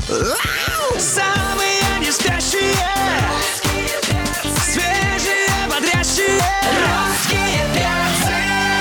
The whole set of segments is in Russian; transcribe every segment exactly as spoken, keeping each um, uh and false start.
Самые не спящие, свежие, бодрящие русские перцы.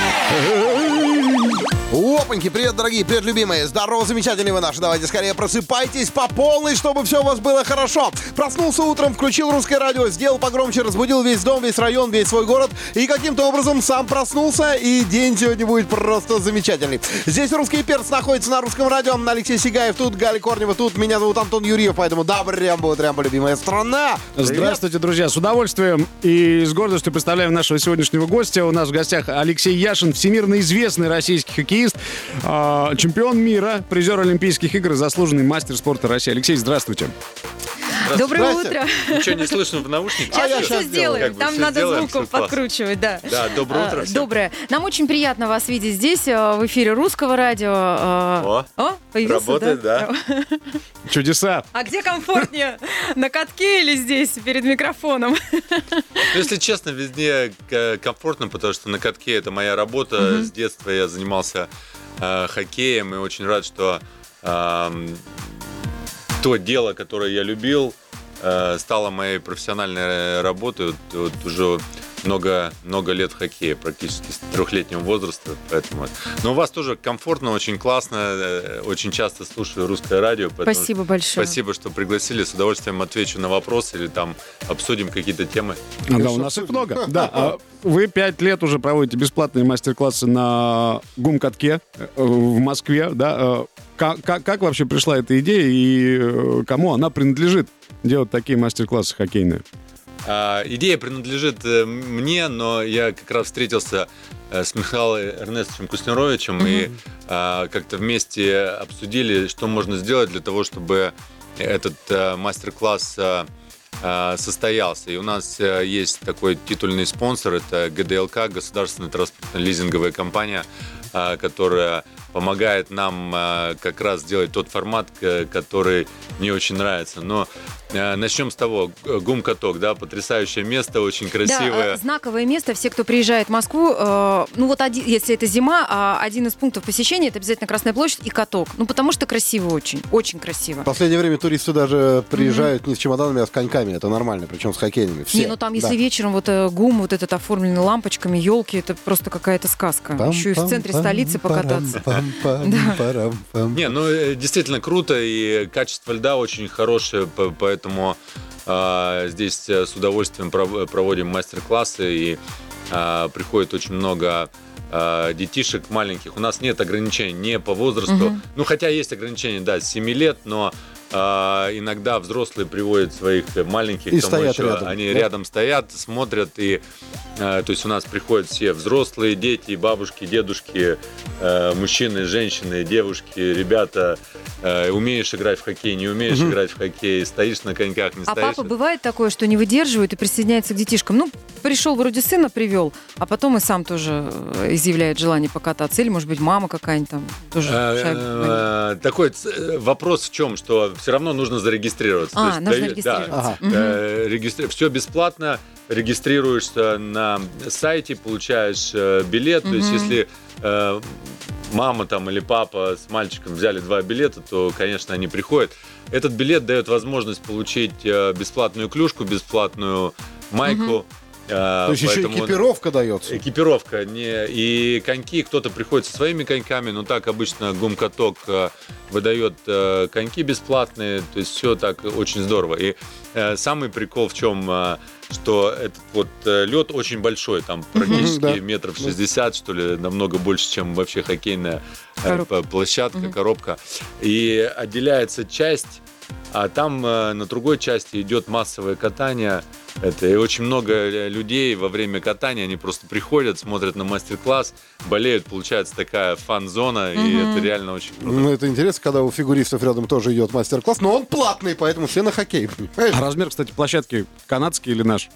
Опаньки, привет, дорогие, привет, любимые. Здорово, замечательные вы наши. Давайте скорее просыпайтесь по полной, чтобы все у вас было хорошо. Проснулся утром, включил русское радио, сделал погромче, разбудил весь дом, весь район, весь свой город. И каким-то образом сам проснулся, и день сегодня будет просто замечательный. Здесь русский перц находится на русском радио. Алексей Сигаев тут, Галя Корнева тут. Меня зовут Антон Юрьев, поэтому добрям-бу, трямбу, любимая страна. Привет. Здравствуйте, друзья. С удовольствием и с гордостью представляем нашего сегодняшнего гостя. У нас в гостях Алексей Яшин, всемирно известный российский хоккеист, чемпион мира, призер Олимпийских игр, заслуженный мастер спорта России. Алексей, здравствуйте. Доброе утро. Ничего не слышно в наушниках? Сейчас а мы все сделаем. Как Там все надо сделаем, звуком все подкручивать, да. Да, доброе утро А, всем. Доброе. Нам очень приятно вас видеть здесь, в эфире русского радио. О, О, появился, работает, да. Чудеса. А где комфортнее? На катке или здесь, перед микрофоном? Ну, если честно, везде к- комфортно, потому что на катке это моя работа. Мгм. С детства я занимался э, хоккеем и очень рад, что э, то дело, которое я любил, э, стало моей профессиональной работой. Вот, вот уже много, много лет в хоккее, практически с трехлетнего возраста. Поэтому. Но у вас тоже комфортно, очень классно. э, Очень часто слушаю русское радио. поэтому Спасибо большое. Спасибо, что пригласили. С удовольствием отвечу на вопросы или там обсудим какие-то темы. А, да, у нас их много. Да, а вы пять лет уже проводите бесплатные мастер-классы на гум-катке э, в Москве. Да? Э, Как, как, как вообще пришла эта идея и э, кому она принадлежит делать такие мастер-классы хоккейные? А, идея принадлежит э, мне, но я как раз встретился э, с Михаилом Эрнестовичем Куснеровичем Мгм. и а, как-то вместе обсудили, что можно сделать для того, чтобы этот э, мастер-класс э, э, состоялся. И у нас э, есть такой титульный спонсор, это гэ дэ эл ка, государственная транспортно-лизинговая компания, э, которая помогает нам э, как раз сделать тот формат, к- который мне очень нравится. Но э, начнем с того, г- гум-каток, да, потрясающее место, очень красивое. Да, э, знаковое место. Все, кто приезжает в Москву, э, ну вот один, если это зима, а один из пунктов посещения — это обязательно Красная площадь и каток. Ну потому что красиво очень, очень красиво. В последнее время туристы даже приезжают не с чемоданами, а с коньками. Это нормально, причем с хоккейными. Все. Не, ну там, если Да. вечером вот э, гум вот этот оформленный лампочками, елки, это просто какая-то сказка. Еще и в центре столицы покататься. Да. Не, ну э, действительно круто, и качество льда очень хорошее, по- поэтому э, здесь э, с удовольствием пров- проводим мастер-классы, и э, приходит очень много э, детишек маленьких. У нас нет ограничений не по возрасту, Мгм. ну хотя есть ограничения, да, с семи лет, но э, иногда взрослые приводят своих маленьких, И там стоят еще, рядом, они да? рядом стоят, смотрят, и э, то есть у нас приходят все взрослые, дети, бабушки, дедушки, э, мужчины, женщины, девушки, ребята. Э, умеешь играть в хоккей, не умеешь Мгм. играть в хоккей, стоишь на коньках, не А стоишь. папа бывает такое, что не выдерживает и присоединяется к детишкам? Ну, пришел, вроде сына привел, а потом и сам тоже э, изъявляет желание покататься. Или, может быть, мама какая-нибудь там тоже Э, шайбу гоняет. э, Такой ц- вопрос в чем, что все равно нужно зарегистрироваться. А, То есть нужно даю- регистрироваться. Ага. Мгм. Э, регистри- Все бесплатно, регистрируешься на сайте, получаешь э, билет. То есть, Мгм. если э, мама там или папа с мальчиком взяли два билета, то, конечно, они приходят. Этот билет дает возможность получить э, бесплатную клюшку, бесплатную майку. Э, То есть еще поэтому- экипировка дается. Экипировка. Не, и коньки, кто-то приходит со своими коньками, но так обычно гум-каток э, выдает э, коньки бесплатные, то есть все так очень здорово. И э, самый прикол в чем, э, что этот вот э, лед очень большой, там практически Да. метров шестьдесят, что ли, намного больше, чем вообще хоккейная э, Коробка. п- площадка, Мгм. коробка. И отделяется часть, а там э, на другой части идет массовое катание. Это, и очень много э, людей во время катания, они просто приходят, смотрят на мастер-класс, болеют, получается такая фан-зона, и Мгм. это реально очень круто. Ну, это интересно, когда у фигуристов рядом тоже идет мастер-класс, но он платный, поэтому все на хоккей. Понимаешь? А размер, кстати, площадки канадский или наш?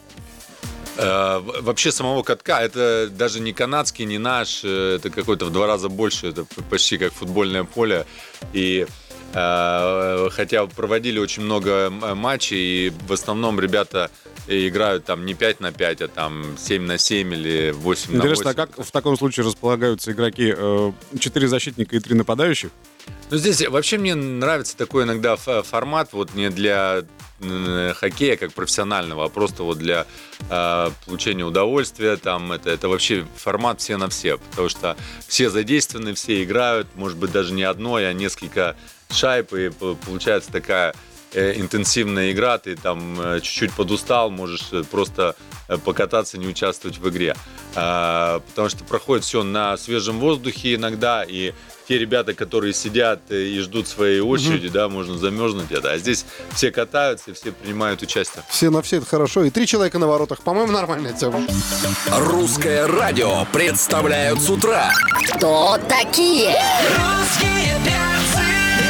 Э, в- Вообще самого катка, это даже не канадский, не наш, э, это какой-то в два раза больше, это п- почти как футбольное поле. И э, хотя проводили очень много м- матчей, и в основном ребята и играют там не пять на пять, а там семь на семь или восемь на восемь. Интересно, а как в таком случае располагаются игроки? Э, Четыре защитника и три нападающих? Ну, здесь вообще мне нравится такой иногда формат, вот не для хоккея как профессионального, а просто вот для э, получения удовольствия. Там это, это вообще формат все на все, потому что все задействованы, все играют, может быть, даже не одной, а несколько шайб, и получается такая э, интенсивная игра, ты там э, чуть-чуть подустал, можешь просто покататься, не участвовать в игре. Э, потому что проходит все на свежем воздухе иногда, и те ребята, которые сидят и ждут своей очереди, mm-hmm. да, можно замерзнуть это. А здесь все катаются, все принимают участие. Все на все это хорошо. И три человека на воротах. По-моему, нормальная тема. Русское радио представляют с утра. Кто такие? Русские перцы.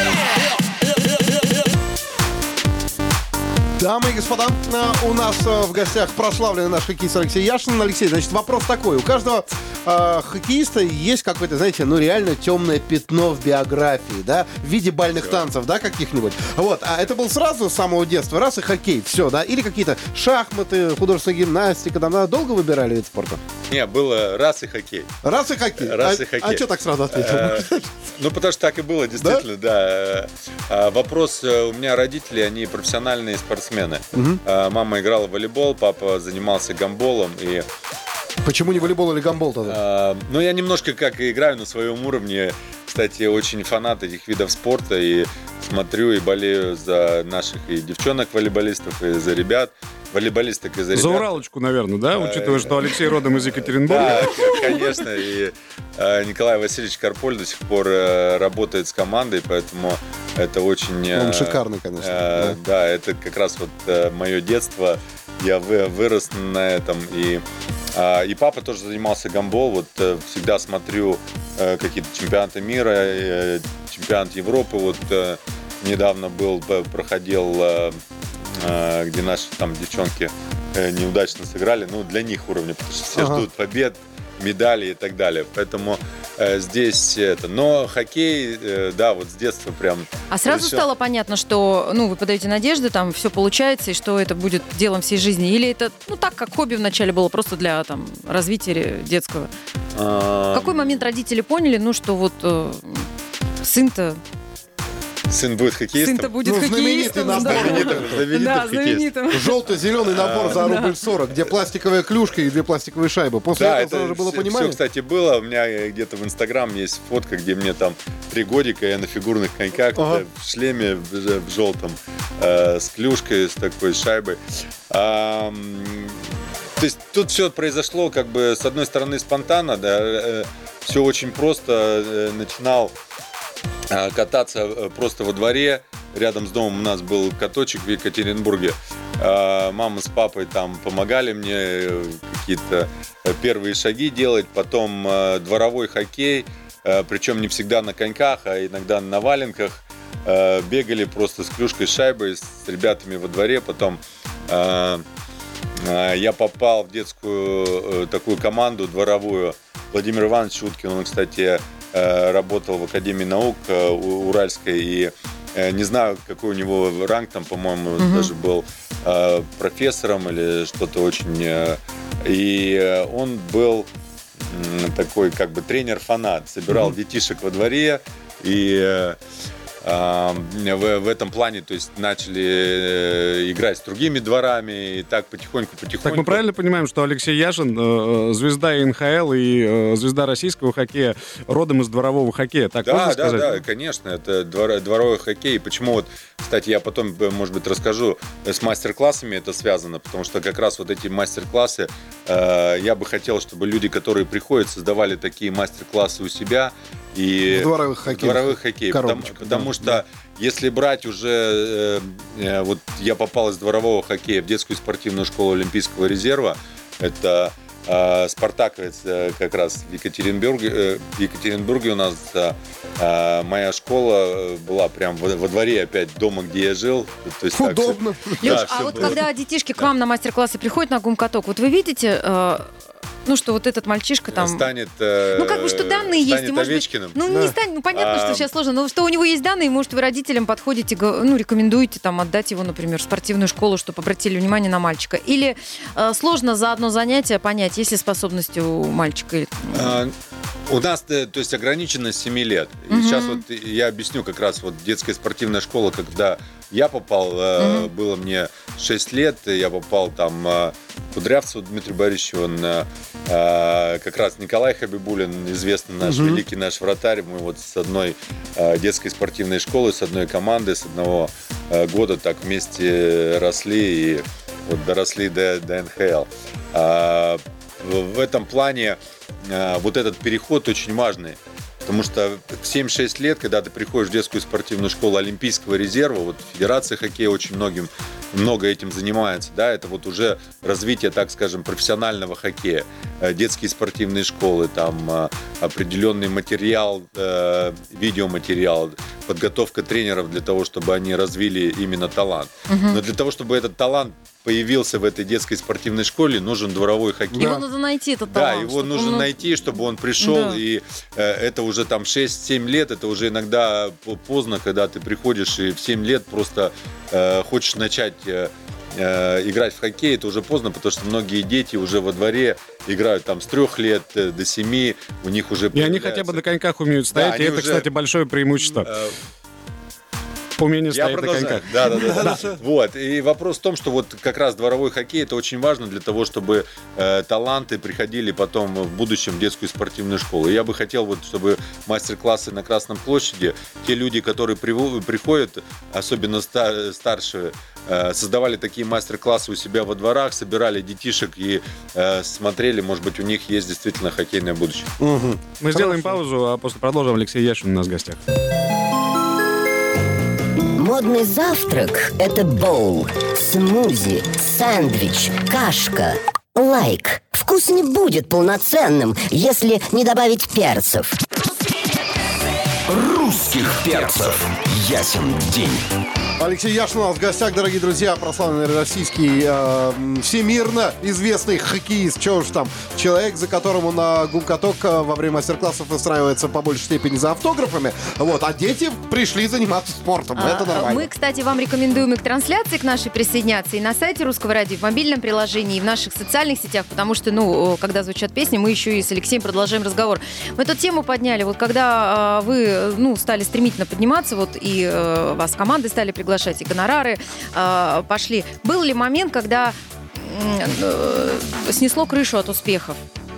Дамы и господа, у нас в гостях прославленный наш хоккеист Алексей Яшин. Алексей, значит, вопрос такой. У каждого э, хоккеиста есть какое-то, знаете, ну реально темное пятно в биографии, да, в виде бальных все. танцев, да, каких-нибудь. Вот, а это был сразу с самого детства, раз и хоккей, все, да, или какие-то шахматы, художественная гимнастика, там, да, долго выбирали вид спорта? Не, было раз и хоккей. Раз и хоккей? Раз а, и хоккей. А что так сразу ответил? Ну, потому что так и было, действительно, да. Вопрос, у меня родители, они профессиональные спортсмены. Угу. Мама играла в волейбол, папа занимался гандболом. И... Почему не волейбол или гандбол тогда? А, ну, я немножко как играю на своем уровне. Кстати, очень фанат этих видов спорта. И смотрю и болею за наших и девчонок-волейболистов, и за ребят. Волейболисток и за ребят. За Уралочку, наверное, да? Учитывая, что Алексей родом из Екатеринбурга. Да, конечно. И Николай Васильевич Карполь до сих пор работает с командой, поэтому это очень... Он шикарный, конечно. Да, да, это как раз вот мое детство. Я вырос на этом. И, и папа тоже занимался гандбол. Вот всегда смотрю какие-то чемпионаты мира, чемпионат Европы. Вот недавно был, проходил... где наши там девчонки неудачно сыграли, ну, для них уровня, потому что все ага. ждут побед, медалей и так далее. Поэтому э, здесь это. Но хоккей, э, да, вот с детства прям... А сразу все... стало понятно, что, ну, вы подаете надежды, там, все получается, и что это будет делом всей жизни? Или это, ну, так, как хобби вначале было, просто для, там, развития детского? А... В какой момент родители поняли, ну, что вот э, сын-то... Сын будет хоккеистом? Сын-то будет ну, хоккеистом. Набор, да. Знаменитым, знаменитым да, хоккеистом. знаменитым. Желто-зеленый набор за рубль сорок, где пластиковая клюшка и две пластиковые шайбы. После да, этого это уже было все, понимание? все, кстати, было. У меня где-то в Инстаграм есть фотка, где мне там три годика, я на фигурных коньках, ага. в шлеме в, в желтом, э, с клюшкой, с такой шайбой. А, то есть тут все произошло как бы с одной стороны спонтанно, да, э, все очень просто. Э, начинал э, кататься просто во дворе. Рядом с домом у нас был каточек в Екатеринбурге. Мама с папой там помогали мне какие-то первые шаги делать. Потом дворовой хоккей, причем не всегда на коньках, а иногда на валенках. Бегали просто с клюшкой, с шайбой, с ребятами во дворе. Потом я попал в детскую такую команду дворовую. Владимир Иванович Шуткин, он, кстати, работал в Академии наук Уральской, и не знаю, какой у него ранг, там, по-моему, угу. даже был э, профессором или что-то очень... Э, и он был э, такой, как бы, тренер-фанат. Собирал угу. детишек во дворе и... Э, В, в этом плане, то есть начали играть с другими дворами и так потихоньку-потихоньку. Так мы правильно понимаем, что Алексей Яшин, э, звезда эн ха эл и э, звезда российского хоккея, родом из дворового хоккея, так да, можно да, сказать? Да, да, конечно, это двор, дворовой хоккей. Почему вот, кстати, я потом, может быть, расскажу, с мастер-классами это связано, потому что как раз вот эти мастер-классы, э, я бы хотел, чтобы люди, которые приходят, создавали такие мастер-классы у себя. И в дворовых хоккей. Дворовых хоккей. Потому, потому да. что если брать уже... Э, э, вот я попал из дворового хоккея в детскую спортивную школу Олимпийского резерва. Это э, спартаковец э, как раз в Екатеринбурге. Э, в Екатеринбурге у нас э, моя школа была прям во, во дворе опять дома, где я жил. То есть удобно. Так, Леш, да, а вот было. Когда детишки к вам на мастер-классы приходят на гумкаток, вот вы видите... Э, Ну, что вот этот мальчишка там... Станет, э, Ну, как бы, что данные есть. станет И, может быть, Овечкиным. ну, Да. не станет, ну, понятно, А. что сейчас сложно, но что у него есть данные, может, вы родителям подходите, го- ну, рекомендуете там отдать его, например, в спортивную школу, чтобы обратили внимание на мальчика. Или э, сложно за одно занятие понять, есть ли способности у мальчика. или- А, У нас, э, то есть, ограничено с семи лет. И Мгм. сейчас вот я объясню как раз вот детская спортивная школа, когда я попал, э, Мгм. было мне шесть лет, и я попал там э, Кудрявцеву Дмитрий Борисович, он э, э, как раз Николай Хабибулин, известный наш Мгм. великий наш вратарь, мы вот с одной э, детской спортивной школы, с одной командой, с одного э, года так вместе росли и вот доросли до, до эн ха эл. А, в, в этом плане э, вот этот переход очень важный. Потому что в семь-шесть лет, когда ты приходишь в детскую спортивную школу Олимпийского резерва, вот Федерация хоккея очень многим, много этим занимается, да, это вот уже развитие, так скажем, профессионального хоккея, Э, детские спортивные школы, там э, определенный материал, э, видеоматериал, подготовка тренеров для того, чтобы они развили именно талант. Но для того, чтобы этот талант появился в этой детской спортивной школе, нужен дворовой хоккей. Его надо найти, этот Да, талант. его чтобы нужно он, ну, найти, чтобы он пришел, Да. и э, это уже там шесть-семь лет, это уже иногда по- поздно, когда ты приходишь и в семь лет просто э, хочешь начать э, э, играть в хоккей, это уже поздно, потому что многие дети уже во дворе играют там с трех лет э, до семи, у них уже И они хотя бы на коньках умеют стоять, они и это, уже- кстати, большое преимущество. Э, Умение Я стоять на продолжаю. коньках. Да, да, да, да. Вот. И вопрос в том, что вот как раз дворовой хоккей это очень важно для того, чтобы э, таланты приходили потом в будущем в детскую спортивную школу. И я бы хотел, вот, чтобы мастер-классы на Красной площади, те люди, которые приво- приходят, особенно ста- старшие, э, создавали такие мастер-классы у себя во дворах, собирали детишек и э, смотрели, может быть, у них есть действительно хоккейное будущее. Мгм. Мы сделаем паузу, а после продолжим. Алексей Яшин у нас в гостях. Модный завтрак – это боул, смузи, сэндвич, кашка. Лайк. Вкус не будет полноценным, если не добавить перцев. Русских перцев. Ясен день. Алексей Яшин у нас в гостях, дорогие друзья, прославленный российский, э, м, всемирно известный хоккеист. Чего уж там, человек, за которым на гумкаток э, во время мастер-классов выстраивается по большей степени за автографами. Вот, а дети пришли заниматься спортом. Это А, нормально. Мы, кстати, вам рекомендуем и к трансляции к нашей присоединяться и на сайте Русского радио, в мобильном приложении, и в наших социальных сетях, потому что, ну, когда звучат песни, мы еще и с Алексеем продолжаем разговор. Мы эту тему подняли, вот когда а, вы, ну, стали стремительно подниматься, вот, и а, вас команды стали приглашать, и гонорары а, пошли. Был ли момент, когда м, э, снесло крышу от успехов?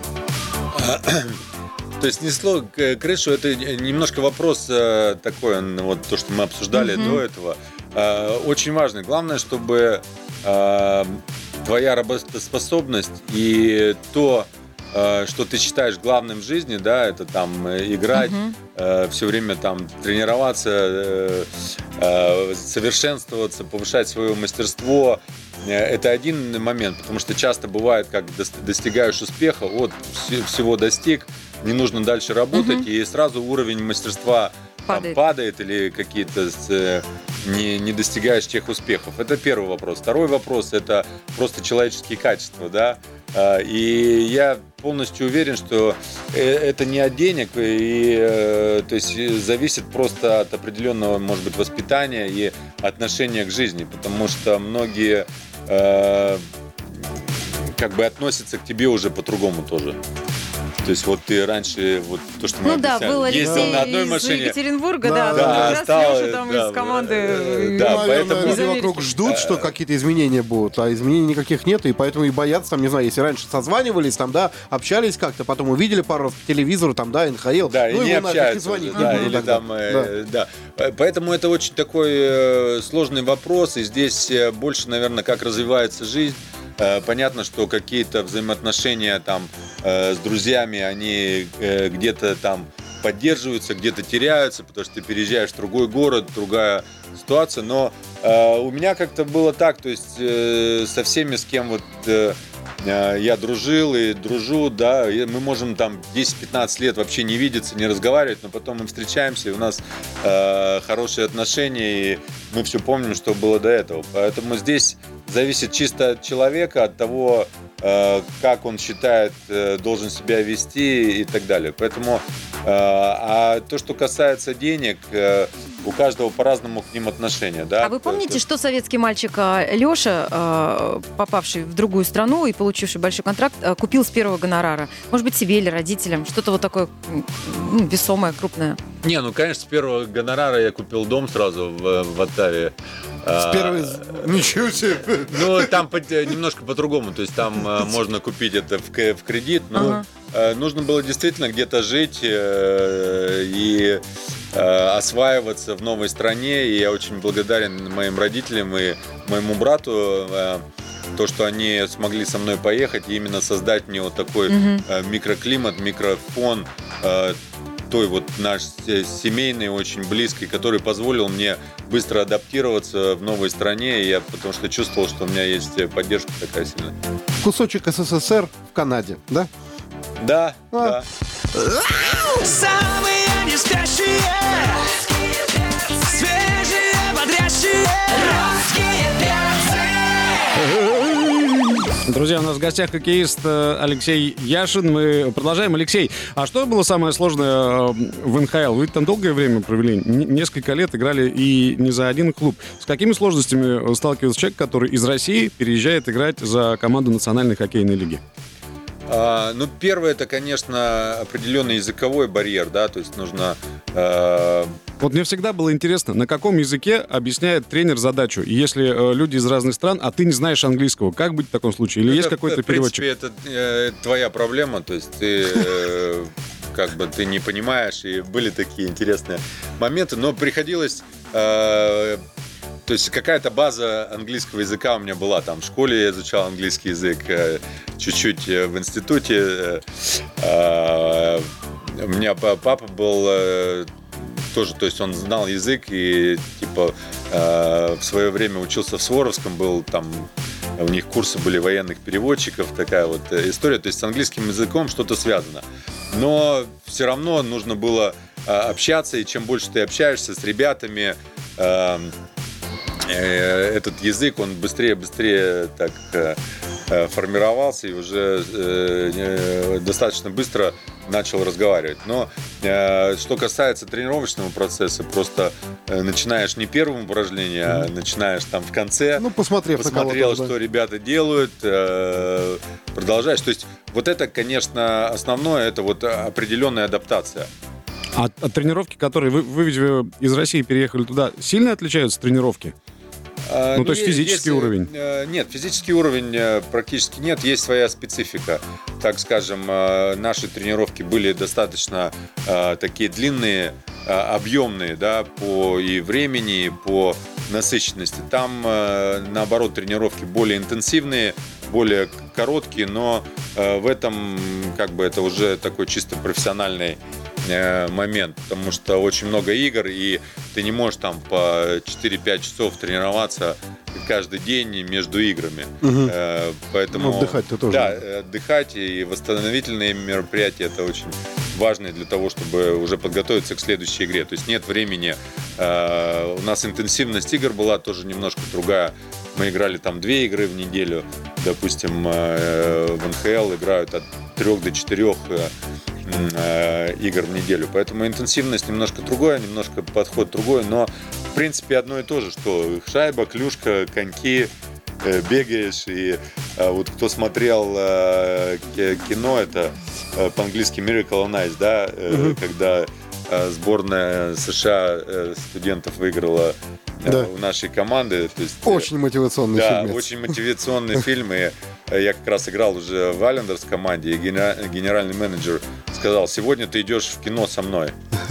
То есть снесло к- крышу, это немножко вопрос э, такой, он, вот то, что мы обсуждали Мгм. до этого, э, очень важный. Главное, чтобы э, твоя работоспособность и то, э, что ты считаешь главным в жизни, да, это там э, играть, Мгм. все время там тренироваться, э, э, совершенствоваться, повышать свое мастерство. Э, Это один момент, потому что часто бывает, как дос- достигаешь успеха, вот вс- всего достиг, не нужно дальше работать, Мгм. и сразу уровень мастерства там Падает. падает или какие-то с- э, не, не достигаешь тех успехов. Это первый вопрос. Второй вопрос – это просто человеческие качества, да. А, И я полностью уверен, что э, это не от денег, и, э, то есть э, зависит просто от определенного, может быть, воспитания и отношения к жизни, потому что многие э, как бы относятся к тебе уже по-другому тоже. То есть вот ты раньше, вот то, что мы Ну да, объясняли, был ездил Алексей на одной из машине. Екатеринбурга, Да, да, да, как раз стал, Леша там да, из команды. э, э, да, Ну, наверное, поэтому- люди Из вокруг Америки. ждут, что какие-то изменения будут, а изменений никаких нет, и поэтому и боятся, там, не знаю, если раньше созванивались, там, да, общались как-то, потом увидели пару раз по телевизору, там, да, эн ха эл, Да, и ну, не ему нафиг, и общаются, звонить да, не буду или тогда. там, э, да. Э, Поэтому это очень такой э, сложный вопрос, и здесь э, больше, наверное, как развивается жизнь. Э, Понятно, что какие-то взаимоотношения там э, с друзьями, они э, где-то там поддерживаются, где-то теряются, потому что ты переезжаешь в другой город, другая ситуация. Но э, у меня как-то было так, то есть э, со всеми, с кем вот э, э, я дружил и дружу, да, и мы можем там десять-пятнадцать лет вообще не видеться, не разговаривать, но потом мы встречаемся, и у нас э, хорошие отношения, и мы все помним, что было до этого. Поэтому здесь зависит чисто от человека, от того, э, как он считает, э, должен себя вести и так далее. Поэтому, э, а то, что касается денег, э, у каждого по-разному к ним отношения. Да? А вы помните, что советский мальчик Леша, попавший в другую страну и получивший большой контракт, купил с первого гонорара? Может быть, себе или родителям? Что-то вот такое ну, весомое, крупное? Не, ну, конечно, с первого гонорара я купил дом сразу в, в Оттаве. С первой... Ничего себе! Ну, там немножко по-другому. То есть там можно купить это в кредит, но ага. нужно было действительно где-то жить и осваиваться в новой стране. И я очень благодарен моим родителям и моему брату, то, что они смогли со мной поехать и именно создать мне вот такой mm-hmm. микроклимат, микрофон, той вот наш семейный, очень близкий, который позволил мне быстро адаптироваться в новой стране. Я потому что чувствовал, что у меня есть поддержка такая сильная. Кусочек СССР в Канаде, да? Да, а. да. Самые не спящие, свежие, бодрящие, русские перцы. Друзья, у нас в гостях хоккеист Алексей Яшин. Мы продолжаем. Алексей, а что было самое сложное в эн ха эл? Вы там долгое время провели, несколько лет играли и не за один клуб. С какими сложностями сталкивается человек, который из России переезжает играть за команду Национальной хоккейной лиги? А, ну, первое, это, конечно, определенный языковой барьер, да, то есть нужно... Э... Вот мне всегда было интересно, на каком языке объясняет тренер задачу? И если э, люди из разных стран, а ты не знаешь английского, как быть в таком случае? Или это, есть какой-то переводчик? В принципе, это э, твоя проблема, то есть ты... Э, как бы ты не понимаешь, и были такие интересные моменты, но приходилось... Э, То есть какая-то база английского языка у меня была. Там в школе я изучал английский язык, чуть-чуть в институте. У меня папа был тоже, то есть он знал язык и типа в свое время учился в Суворовском, был там, у них курсы были военных переводчиков, такая вот история. То есть с английским языком что-то связано. Но все равно нужно было общаться, и чем больше ты общаешься с ребятами, этот язык, он быстрее-быстрее так э, формировался и уже э, достаточно быстро начал разговаривать. Но э, что касается тренировочного процесса, просто э, начинаешь не первым упражнением, а начинаешь там в конце. Ну, посмотрев посмотрел, на кого-то, что да. ребята делают, э, продолжаешь. То есть вот это, конечно, основное, это вот определенная адаптация. А от тренировки, которые вы, вы ведь из России переехали туда, сильно отличаются тренировки? А, ну, то есть физический есть, уровень? Нет, физический уровень практически нет. Есть своя специфика. Так скажем, наши тренировки были достаточно такие длинные, объемные, да, по и времени, и по насыщенности. Там, наоборот, тренировки более интенсивные, более короткие, но в этом как бы это уже такой чисто профессиональный момент, потому что очень много игр, и ты не можешь там по четыре-пять часов тренироваться каждый день между играми. Угу. Поэтому ну, отдыхать-то тоже. Да, отдыхать и восстановительные мероприятия это очень важно для того, чтобы уже подготовиться к следующей игре. То есть нет времени. У нас интенсивность игр была тоже немножко другая. Мы играли там две игры в неделю. Допустим, в эн ха эл играют от трех до четырех игр в неделю. Поэтому интенсивность немножко другая, немножко подход другой, но в принципе одно и то же, что шайба, клюшка, коньки, бегаешь. И вот кто смотрел кино, это по-английски Miracle on Ice, да, mm-hmm. когда сборная США студентов выиграла да. у нашей команды. То есть, очень мотивационный да, фильм. Да, очень мотивационный фильм. И я как раз играл уже в Айлендерс команде, и генеральный менеджер сказал: сегодня ты идешь в кино со мной.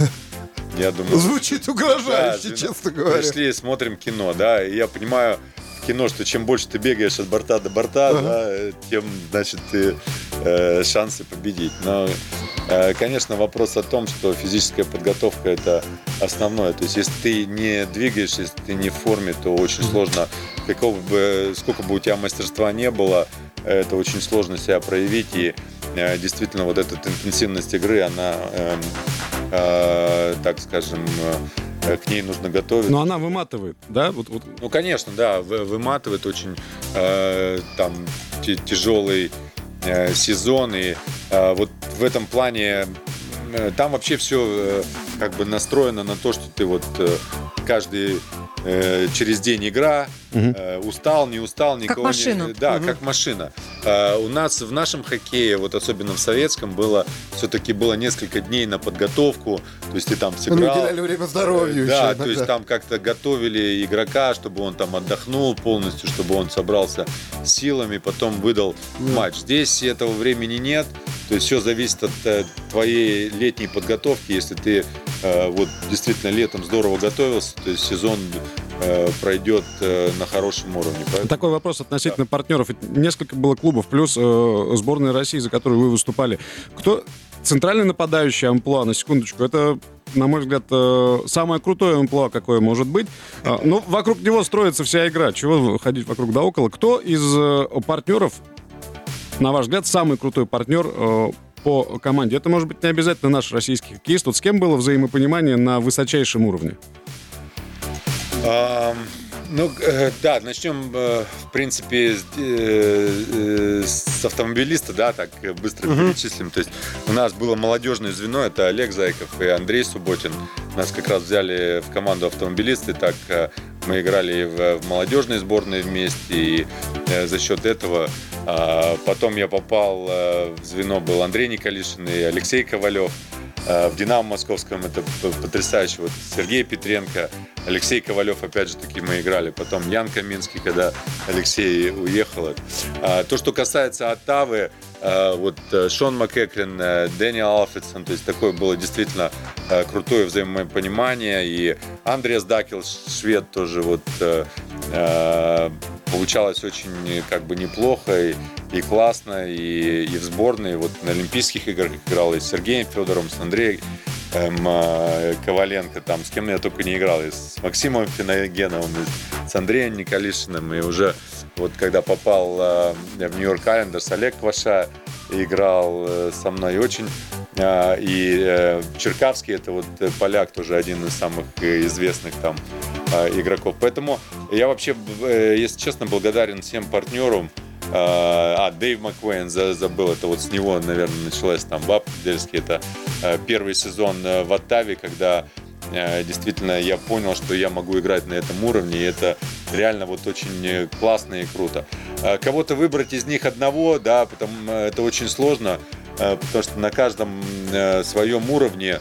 Я думаю, звучит угрожающе, да, честно говоря. Пришли, смотрим кино, да, и я понимаю в кино, что чем больше ты бегаешь от борта до борта, ага. да, тем, значит, ты э, шансы победить. Но, э, конечно, вопрос о том, что физическая подготовка – это основное. То есть, если ты не двигаешься, если ты не в форме, то очень сложно, какого бы, сколько бы у тебя мастерства не было, это очень сложно себя проявить. И э, действительно, вот эта интенсивность игры, она, э, э, так скажем, э, к ней нужно готовиться. Но она выматывает, да? Вот, вот. Ну, конечно, да, вы- выматывает очень э, там ти- тяжелый э, сезон. И э, вот в этом плане э, там вообще все э, как бы настроено на то, что ты вот э, каждый э, через день игра, э, устал, не устал, никого машина. не... Да, как машина. Э, у нас в нашем хоккее, вот особенно в советском, было все-таки было несколько дней на подготовку. То есть ты там Мы сыграл. уделяли время здоровью Да, еще то есть иногда. там как-то готовили игрока, чтобы он там отдохнул полностью, чтобы он собрался с силами, потом выдал матч. Здесь этого времени нет, то есть все зависит от э, твоей летней подготовки. Если ты э, вот действительно летом здорово готовился, то есть сезон э, пройдет э, на хорошем уровне. Поэтому- Такой вопрос относительно партнеров. Ведь несколько было клубов, плюс э, сборная России, за которую вы выступали. Кто центральный нападающий амплуа, на секундочку, это, на мой взгляд, э, самое крутое амплуа, какое может быть. Э, но вокруг него строится вся игра. Чего ходить вокруг да около? Кто из э, партнеров, на ваш взгляд, самый крутой партнер э, по команде? Это может быть не обязательно наш российский хоккеист. Вот с кем было взаимопонимание на высочайшем уровне? Ам, ну, э, да, начнем, э, в принципе, с, э, э, с автомобилиста, да, так э, быстро перечислим. То есть у нас было молодежное звено, это Олег Зайков и Андрей Субботин. Нас как раз взяли в команду автомобилисты, так э, мы играли в, в молодежной сборной вместе, и э, за счет этого э, потом я попал э, в звено, был Андрей Николишин и Алексей Ковалев. В «Динамо» московском это потрясающе. Вот Сергей Петренко, Алексей Ковалев, опять же таки, мы играли. Потом Ян Каминский, когда Алексей уехал. То, что касается Оттавы, вот Шон МакЭкрин, Дэниел Алфредсон, то есть такое было действительно крутое взаимопонимание. И Андреас Дакел, швед, тоже вот получалось очень как бы неплохо и, и классно, и, и в сборной. Вот на Олимпийских играх играл и с Сергеем Федоровым, с Андреем эм, Коваленко, там, с кем я только не играл, и с Максимом Финогеновым, и с Андреем Николишиным, и уже вот когда попал э, в Нью-Йорк Айлендерс, Олег Кваша играл э, со мной очень. Э, и э, Черкавский, это вот поляк, тоже один из самых известных там игроков. Поэтому я вообще, если честно, благодарен всем партнерам. А, Дэйв Маквейн, забыл, это вот с него, наверное, началась там в Апдельске. Это первый сезон в Оттаве, когда действительно я понял, что я могу играть на этом уровне, и это реально вот очень классно и круто. Кого-то выбрать из них одного, да, потому это очень сложно, потому что на каждом своем уровне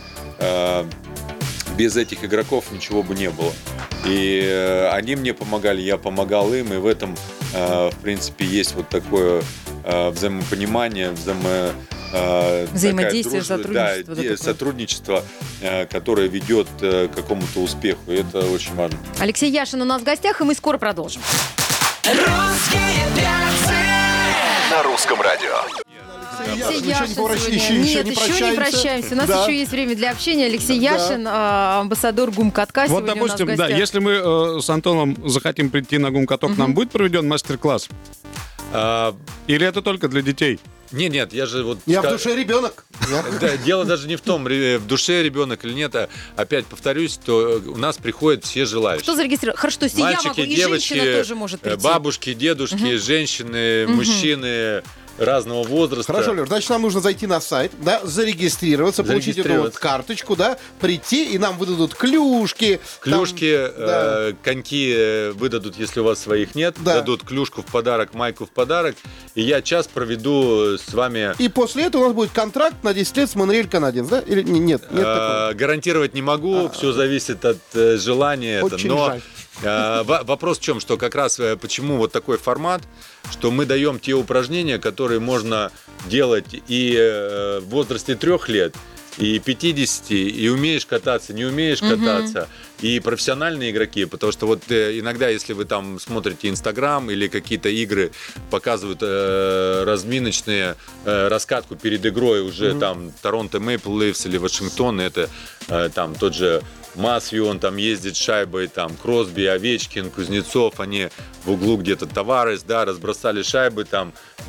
без этих игроков ничего бы не было. И э, они мне помогали, я помогал им, и в этом, э, в принципе, есть вот такое э, взаимопонимание, взаимо, э, Взаимодействие, такая дружба, сотрудничество. да, такое. сотрудничество, э, которое ведет э, к какому-то успеху. И это очень важно. Алексей Яшин у нас в гостях, и мы скоро продолжим. Русские перцы. На русском радио. Алексей Яшин, еще Яшин не пора- сегодня. еще- еще Нет, не еще не прощаемся. прощаемся. У нас Да. еще есть время для общения. Алексей Да. Яшин, а, амбассадор ГУМ-катка. Вот, сегодня у нас в допустим, да, гостях. если мы э, с Антоном захотим прийти на гум-каток, нам будет проведен мастер-класс? А, Или это только для детей? нет, нет, я же вот... Я в ска- душе ребенок. Я- Да, дело даже не в том, ре- в душе ребенок или нет. А опять повторюсь, что у нас приходят все желающие. Кто зарегистрировал? Хорошо, то есть и я Мальчики, могу, и девочки, женщина тоже может э, прийти. бабушки, дедушки, женщины, мужчины разного возраста. Хорошо, Леш, значит, нам нужно зайти на сайт, да, зарегистрироваться, получить эту вот Зарегистрироваться. карточку, да, прийти, и нам выдадут клюшки. Клюшки, там, да. э, коньки э, выдадут, если у вас своих нет. Да. Дадут клюшку в подарок, майку в подарок. И я час проведу с вами. И после этого у нас будет контракт на десять лет с Монреаль Канадиенс, да? Или не- нет? Нет такого? Э, гарантировать не могу, все зависит от э, желания. это. Очень Но жаль. э, во- вопрос в чем, что как раз э, почему вот такой формат, что мы даем те упражнения, которые можно делать и э, в возрасте трех лет, и пятидесяти, и умеешь кататься, не умеешь кататься, и профессиональные игроки, потому что вот э, иногда, если вы там смотрите Инстаграм или какие-то игры, показывают э, разминочные, э, раскатку перед игрой уже там Торонто Мэйпл Лейвс или Вашингтон, это э, там тот же Масью, он там ездит с шайбой, там Кросби, Овечкин, Кузнецов, они в углу где-то Таварес, да, разбросали шайбы, там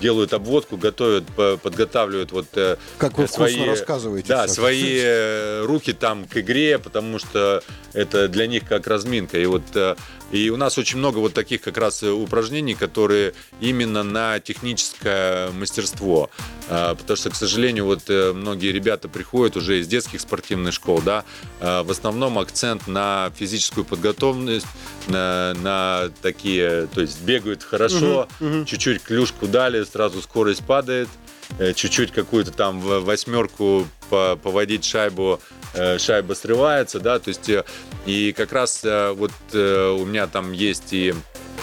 делают обводку, готовят, по- подготавливают вот э, Как вы свои, вкусно рассказываете. да, всё. свои э, руки там к игре, потому что это для них как разминка. И вот э, и у нас очень много вот таких как раз упражнений, которые именно на техническое мастерство. Э, потому что, к сожалению, вот э, многие ребята приходят уже из детских спортивных школ, да, э, в основном акцент на физическую подготовленность, на, на такие, то есть бегают хорошо, чуть-чуть клюшку дали, сразу скорость падает, э, чуть-чуть какую-то там в- восьмерку по- поводить шайбу, э, шайба срывается, да, то есть э, и как раз э, вот э, у меня там есть и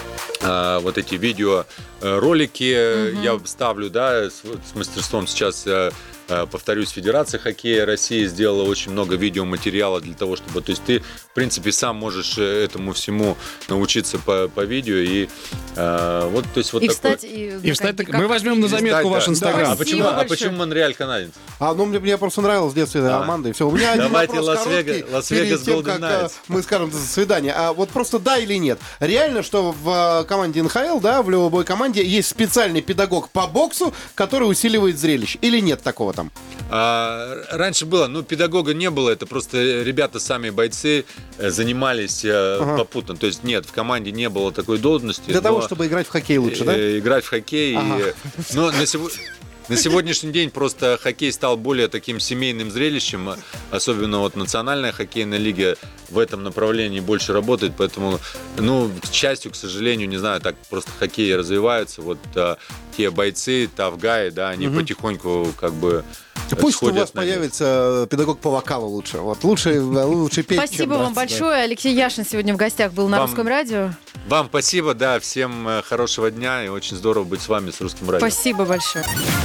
э, вот эти видео э, ролики э, я ставлю, да, с, с мастерством сейчас. э, э, Повторюсь, Федерация хоккея России сделала очень много видеоматериала для того, чтобы... То есть ты, в принципе, сам можешь э, этому всему научиться по, по видео. И э, вот, то есть вот И такой... встать, и, И встать как- так- Мы возьмем на Да, заметку да, ваш да. Инстаграм. А почему, Спасибо а большое. почему Монреаль канадец? А, ну, мне, мне просто нравилось в детстве Давай. Аманда, и все. У меня один Давайте вопрос Лас-Вегас- короткий, Лас-Вегас перед тем, Golden как Knights. э, мы скажем до свидания. А вот просто да или нет? Реально, что в э, команде эн ха эл, да, в любой команде есть специальный педагог по боксу, который усиливает зрелище? Или нет такого там? А, раньше было, ну, педагога не было, это просто ребята, сами бойцы, э, занимались э, попутно. То есть нет, в команде не было такой должности. Для того, но, чтобы играть в хоккей лучше, да? э, Играть в хоккей. Ага. И, но на сего- на сегодняшний день просто хоккей стал более таким семейным зрелищем, особенно вот национальная хоккейная лига в этом направлении больше работает, поэтому, ну, к счастью, к сожалению, не знаю, так просто хоккей развивается, вот а, те бойцы, тавгаи, да, они потихоньку как бы Пусть у сходят вас на нет. появится педагог по вокалу лучше. Вот лучше, лучше петь, Спасибо чем вам драться, да. большое. Алексей Яшин сегодня в гостях был на Вам- Русском радио. Вам спасибо, да, всем э, хорошего дня, и очень здорово быть с вами, с Русским радио. Спасибо большое.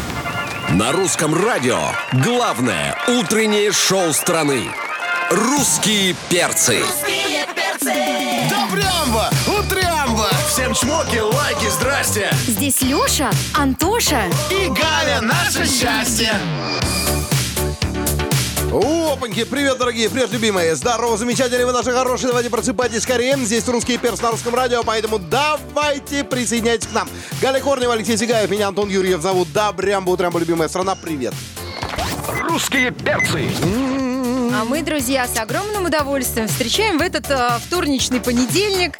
На русском радио главное утреннее шоу страны. Русские перцы. Добрямба! Утрямба! Всем чмоки, лайки, здрасте! Здесь Леша, Антоша. И Галя, наше счастье! Опаньки, привет, дорогие, прежде любимые. Здорово, замечательные вы наши хорошие. Давайте просыпайтесь скорее. Здесь русский перс на Русском радио, поэтому давайте присоединяйтесь к нам. Галя Корнева, Алексей Сигаев, меня Антон Юрьев зовут. Добрямба, утрямба, любимая страна, привет. Русские перцы. А мы, друзья, с огромным удовольствием встречаем в этот э, вторничный понедельник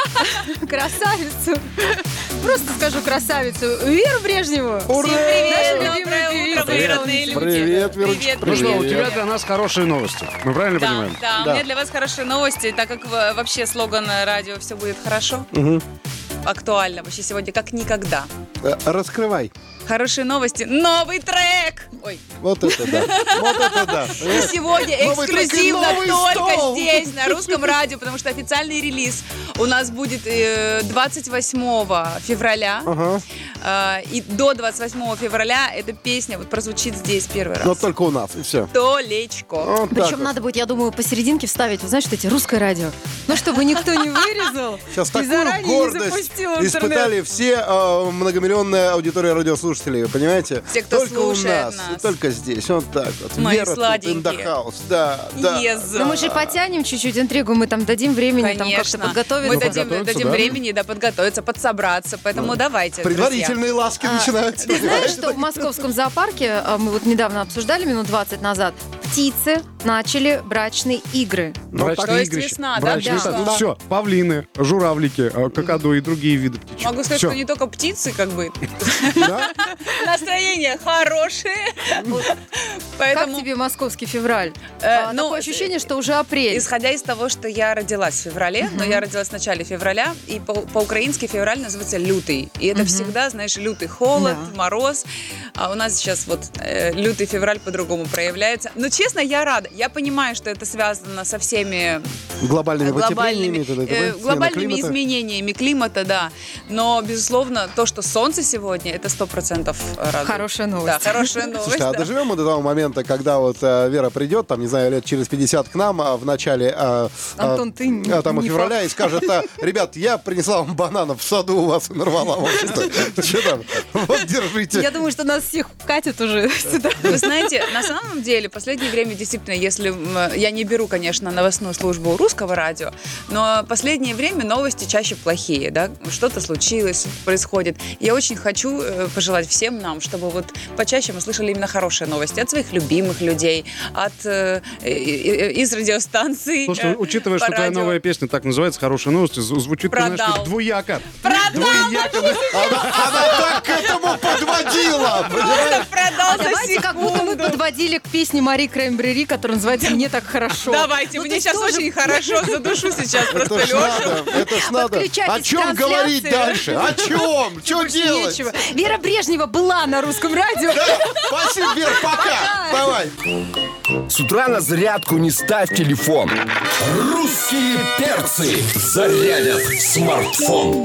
красавицу. Просто скажу красавицу. Веру Брежневу. Ура! Нашу Доброе любимую утро, певицу. мои родные люди. Привет, Верочка, Привет, Ну что, у привет. тебя для нас хорошие новости. Мы правильно Да, понимаем? да, Да. у меня для вас хорошие новости, так как в- вообще слоган радио «Все будет хорошо» актуально вообще сегодня как никогда. Э, Раскрывай. Хорошие новости. Новый трек! Ой, Вот это да. Вот это да. и сегодня Новый трек и эксклюзивно новый только стол. здесь, на Русском радио, потому что официальный релиз у нас будет э, двадцать восьмого февраля. Ага. Э, и до двадцать восьмого февраля эта песня вот прозвучит здесь первый раз. Но только у нас, и все. Толечко. Вот так Причем вот. надо будет, я думаю, посерединке вставить, вы знаете, что эти русское радио. Ну, чтобы никто не вырезал. Сейчас и такую заранее не гордость запустил в интернет. испытали все э, многомиллионная аудитория радиослушателей, вы понимаете? Все, кто только у слушает нас, нас. и только здесь, вот так вот. Мои Вера тут, сладенькие. in the house, да, да. Еза. Но мы же потянем чуть-чуть интригу, мы там дадим времени там как-то Конечно. подготовиться. Мы дадим, подготовиться, дадим да. времени, да, подготовиться, подсобраться. Поэтому давайте, Предварительные ласки А, начинаются. Ты знаешь, что в московском зоопарке, а, мы вот недавно обсуждали, минут двадцать назад, птицы начали брачные игры. Ну, так, То есть игрища. весна, да, Брачные пришла? игры. Все, павлины, журавлики, э, какаду и другие виды птичек. Могу сказать, Всё. что не только птицы, как бы, да? настроение хорошее. Поэтому, Как тебе московский февраль? Э, А, ну, Такое ощущение, что уже апрель. исходя из того, что я родилась в феврале, но я родилась в начале февраля, и по- по-украински февраль называется лютый. И это всегда, знаешь, лютый холод, Да. мороз. А у нас сейчас вот э, лютый февраль по-другому проявляется. Но, честно, я рада. Я понимаю, что это связано со всеми Глобальными глобальными, потеплениями, т.д., э, т.п., смена глобальными климата. изменениями климата, да. Но, безусловно, то, что солнце сегодня, это сто процентов радует. Хорошая Да, новость. хорошая новость. Слушайте, а да. доживем мы до того момента, когда вот э, Вера придет, там, не знаю, лет через пятьдесят к нам, а в начале э, Антон, э, ты не- а, там, не февраля и скажет, а, ребят, я принесла вам бананов в саду у вас и нарвала. Вот что что там? Вот, держите. Я думаю, что нас всех катят уже сюда. Вы знаете, на самом деле, в последнее время, действительно, если м, я не беру, конечно, новостную службу русского радио, но последнее время новости чаще плохие, да, что-то случилось, происходит. Я очень хочу э, пожелать всем нам, чтобы вот почаще мы слышали именно хорошие новости от своих любимых людей, от э, э, э, из радиостанций. Слушай, э, учитывая, по что твоя радио. новая песня так называется, «Хорошие новости», зв- звучит, ты знаешь, Продал. как двуяко. Продал! Двуяко. Она, она так к этому подводила. Просто продал А за давайте как будто мы секунду. подводили к песне Мари Краймбрери, которая называется «Мне так хорошо». Давайте, Ну, то мне есть сейчас тоже очень хорошо, задушу сейчас просто Это ж Лешу. надо, это ж надо. Подключайтесь О к чем говорить трансляции. дальше? О чем? Что Больше делать? нечего. Вера Брежнева была на русском радио. Спасибо, Вер, пока. Давай. С утра на зарядку не ставь телефон. Русские перцы зарядят смартфон.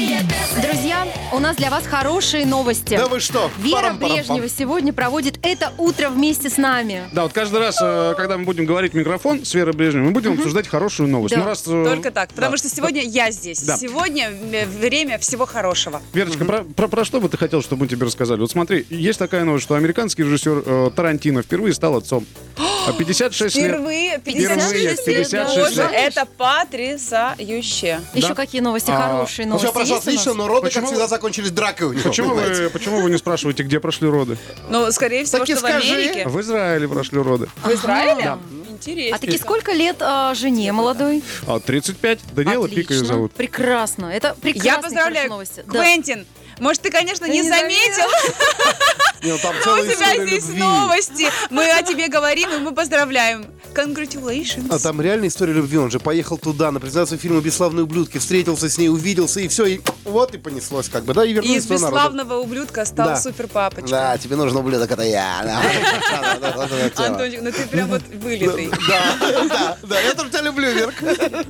Друзья, у нас для вас хорошие новости. Да вы что? Вера Парам-парам-пам. Брежнева сегодня проводит это утро вместе с нами. Да, вот каждый раз, э, когда мы будем говорить в микрофон с Верой Брежневой, мы будем обсуждать хорошую новость. Да. Ну, раз, э, Только так, потому да. что сегодня я здесь. Да. Сегодня э, время всего хорошего. Верочка, про, про- про что бы ты хотел, чтобы мы тебе рассказали? Вот смотри, есть такая новость, что американский режиссер э, Тарантино впервые стал отцом. А пятьдесят шесть лет. Впервые Впервые, пятьдесят шесть лет. пятьдесят шесть Боже, лет. это потрясающе. Еще Да. какие новости? А, Хорошие Ну, новости. все прошло есть у нас? отлично, но роды, Почему как всегда, закончились дракой у него. Почему понимаете? вы, почему вы не спрашиваете, где прошли роды? Ну, скорее всего, Таки что в скажи. Америке. В Израиле прошли роды. В Израиле? Да. Интересно. А таки сколько лет а, жене молодой? А, тридцать пять. Даниэла Пика ее Отлично. зовут. Прекрасно. Это прекрасные Я хорошие поздравляю, новости. Да. Квентин. Может, ты, конечно, не не заметил, Не, ну, там но у целая тебя история здесь любви. новости. Мы о тебе говорим, и мы поздравляем. Congratulations. А там реальная история любви. Он же поехал туда на презентацию фильма «Бесславные ублюдки», встретился с ней, увиделся, и все, и вот и понеслось как бы, да, и И вернулся из в свой народ. бесславного ублюдка стал Да. супер папочкой. Да, тебе нужен ублюдок, это я. Да, да, да, да, да, тема. Антончик, ну ты прям вот вылитый. Да, да, да, я тоже тебя люблю, Верка.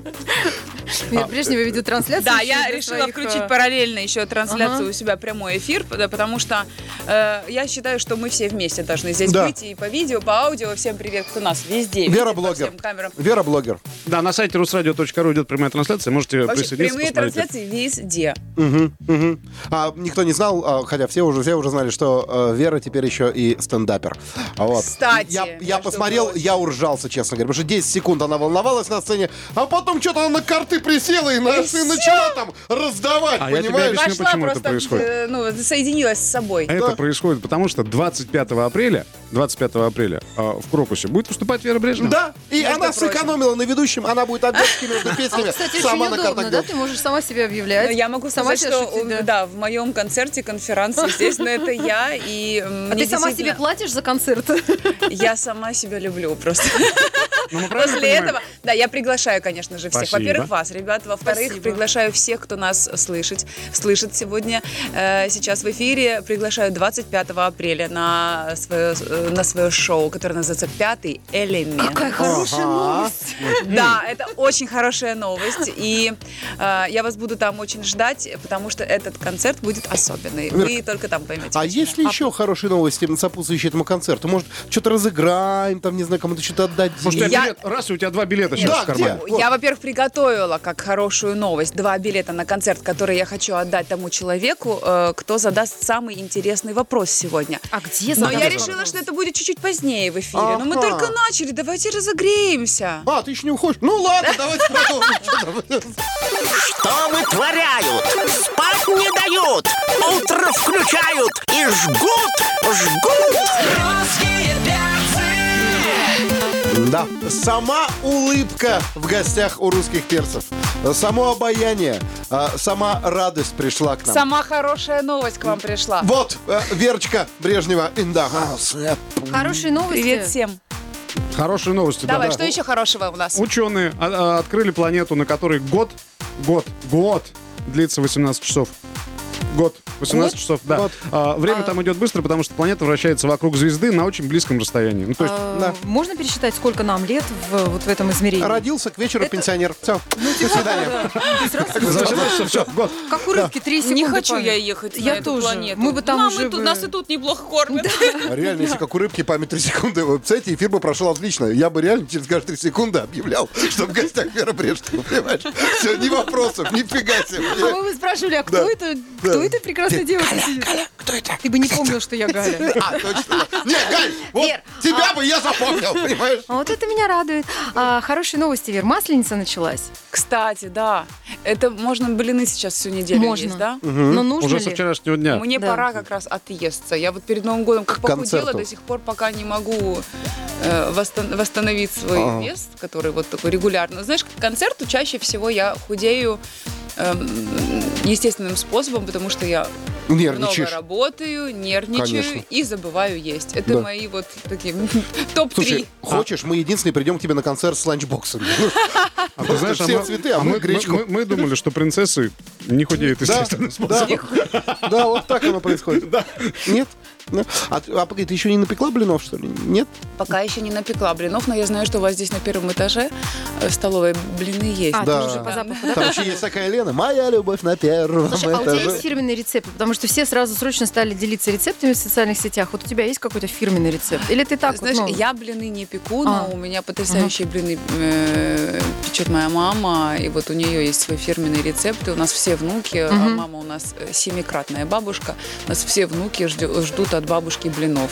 Вера Брежнева ведет трансляцию. Да, еще я для решила своих, включить э, параллельно еще трансляцию Ага. у себя, прямой эфир, да, потому что э, я считаю, что мы все вместе должны здесь Да. быть, и по видео, по аудио. Всем привет, кто нас везде видит, Вера по блогер. всем камерам. Вера блогер. Да, на сайте русрадио точка ру идет прямая трансляция, можете Вообще, присоединиться, прямые посмотреть. трансляции везде. Мгм, мгм. А никто не знал, а, хотя все уже, все уже знали, что э, Вера теперь еще и стендапер. А вот. Кстати, Я, я между посмотрел, прочим. я уржался, честно говоря, потому что десять секунд она волновалась на сцене, а потом что-то она на карты присела и, на, и начала там раздавать, А я тебе понимаешь? объясню, Пошла почему это просто, происходит. э, ну, соединилась с собой. А Это происходит потому, что двадцать пятого апреля, двадцать пятого апреля э, в Крокусе будет выступать Вера Брежнева. Да, и Между она прочим. сэкономила на ведущем, она будет обвязки между песнями, А, кстати, сама очень на удобно, картах да? делать. Ты можешь сама себя объявлять. Но я могу сама сказать, себя что шутить, да. да. в моем концерте, конференции, естественно, это я. И м, А мне ты сама действительно- себе платишь за концерт? Я сама себя люблю просто. Ну, мы правильно После понимаем? этого, да, я приглашаю, конечно же, всех. Спасибо. Во-первых, вас, ребят. Во-вторых, Спасибо. приглашаю всех, кто нас слышит, слышит сегодня, э, сейчас в эфире. Приглашаю двадцать пятого апреля на свое, э, на свое шоу, которое называется «Пятый элемент». Какая хорошая новость. Да, это очень хорошая новость. И э, я вас буду там очень ждать, потому что этот концерт будет особенный. Вы только там поймете. А почему. есть ли еще хорошие новости, сопутствующие этому концерту? Может, что-то разыграем, там, не знаю, кому-то что-то отдадим? Может, у тебя Я- билет, раз, и у тебя два билета сейчас Да, в кармане. где? Я, во-первых, приготовила как хорошую новость два билета на концерт, который я хочу отдать тому человеку, э, кто задаст самый интересный вопрос сегодня. А где Но задать я вопрос? решила, что это будет чуть-чуть позднее в эфире. Но мы Ага. только начали, давайте разогреемся. А, ты еще не уходишь? Ну ладно, давайте продолжим. Что там? Что вытворяют? Спать не дают. Утро включают и жгут, жгут. Русские перцы. Да, сама улыбка в гостях у русских перцев. Само обаяние, а, сама радость пришла к нам. Сама хорошая новость к вам пришла. Вот, э, Верочка Брежнева in the house. Хорошие новости. Привет всем. Хорошие новости, да. Давай, да. что еще хорошего у нас? Ученые а, а, открыли планету, на которой год, год, год длится восемнадцать часов. Год. восемнадцать Год? часов, да. Год. А, время А- там идет быстро, потому что планета вращается вокруг звезды на очень близком расстоянии. Ну, то есть, А, да. Можно пересчитать, сколько нам лет в, вот в этом измерении? Родился к вечеру Это- пенсионер. Все, до свидания. Да. То есть раз- за восемнадцать часов, все, год. Как у рыбки, три секунды. Не хочу память. я ехать на Я эту тоже. планету. Мы бы там Мам, уже и тут- бы- нас и тут неплохо кормят. Реально, если как у рыбки память три секунды. Вот, кстати, эфир бы прошел отлично. Я бы реально через каждые три секунды объявлял, что в гостях Вера Брежнева, понимаешь? Все, ни вопросов, нифига себе. А мы бы спрашивали, а кто Да. это, кто Ну, это прекрасная девушка сидит. Кто это? Ты бы не помнил, что я Галя. А, точно. Не, Галь, вот Вер, тебя а- бы я запомнил, понимаешь? А вот это меня радует. А, хорошие новости, Вер. Масленица началась. Кстати, да. Это можно блины сейчас всю неделю Можно. есть, да? Но нужно Уже ли? со вчерашнего дня. Мне Да. пора как раз отъесться. Я вот перед Новым годом как К похудела, концерту. до сих пор пока не могу э, восстан- восстановить свой Ага. вес, который вот такой регулярно. Знаешь, к концерту чаще всего я худею эм, естественным способом, потому что я много Нервничаешь. работаю, нервничаю Конечно. и забываю есть. Это Да. мои вот такие топ три. Слушай, хочешь, мы единственные придем к тебе на концерт с ланчбоксом. А ты знаешь, а все мы- цветы, а а мы мы, гречку. мы- мы думали, что принцессы не худеют Да, естественным да, способом. да, вот так оно происходит. Нет? Да. А, ты- а погоди, ты еще не напекла блинов, что ли? Нет? Пока еще не напекла блинов, но я знаю, что у вас здесь на первом этаже э, в столовой блины есть. А, Да. ты уже по запаху, да? Там еще есть такая Лена. Моя любовь на первом Слушай, а у тебя есть этаже. фирменный рецепт? Потому что все сразу срочно стали делиться рецептами в социальных сетях. Вот у тебя есть какой-то фирменный рецепт? Или ты так Знаешь, вот, ну, я блины не пеку, но А. у меня потрясающие блины э, печет моя мама, и вот у нее есть свой фирменный рецепт, и у нас все внуки, а Мгм. мама у нас э, семикратная бабушка, у нас все внуки ждё- ждут от бабушки блинов.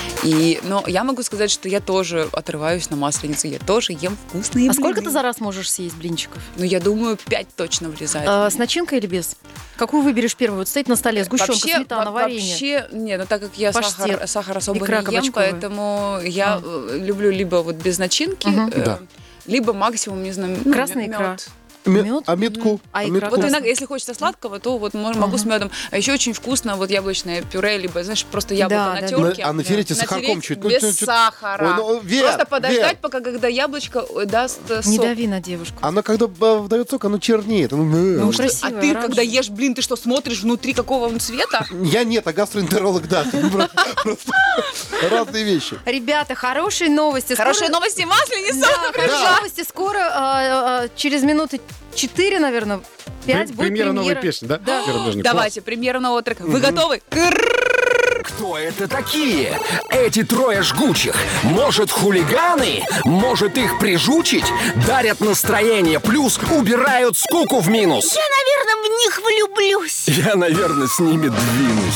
И, но я могу сказать, что я тоже отрываюсь на масленицу, я тоже ем вкусные А блины. сколько ты за раз можешь съесть блинчиков? Ну, я думаю, пять точно влезает. А, с начинкой или без? Какую выберешь первую? Вот стоит на столе сгущенка, Вообще, сметана, во- варенье. Вообще, не, ну так как я Паштет. сахар, сахар особо Икра не ем, кабачковая. поэтому я А. э, люблю либо вот без начинки, Мгм. э, Да. либо максимум, не знаю, ну, Красная мед. икра. Ме- Мед? А метку? А А икра метку? Вот Классно. иногда, если хочется сладкого, то вот мож- могу с медом. А еще очень вкусно вот яблочное пюре, либо, знаешь, просто яблоко Да, на да, терке. На- а натереть сахарком Натереть чуть? Ну, без чуть- чуть- сахара. Ой, ну, Вер, Просто подождать, Вер. пока когда яблочко э, даст э, Не сок. дави на девушку. Оно когда э, вдает сок, оно чернеет. Ну, Ну, э. красиво. А ты, оранжевое. когда ешь блин, ты что, смотришь внутри какого он цвета? Я нет, а гастроэнтеролог, да. Просто разные вещи. Ребята, хорошие новости. Хорошие Скоро- новости, масленица! Да, хорошие новости. Скоро, а, а, через минуты четыре, наверное, пять Пре- будет Премьера новой премьера. песни, да? Да. Вера Брежнева? Давайте, премьера нового трека. Вы готовы? Кто это такие? Эти трое жгучих. Может, хулиганы? Может, их прижучить? Дарят настроение плюс, убирают скуку в минус. Я, наверное, в них влюблюсь. Я, наверное, с ними двинусь.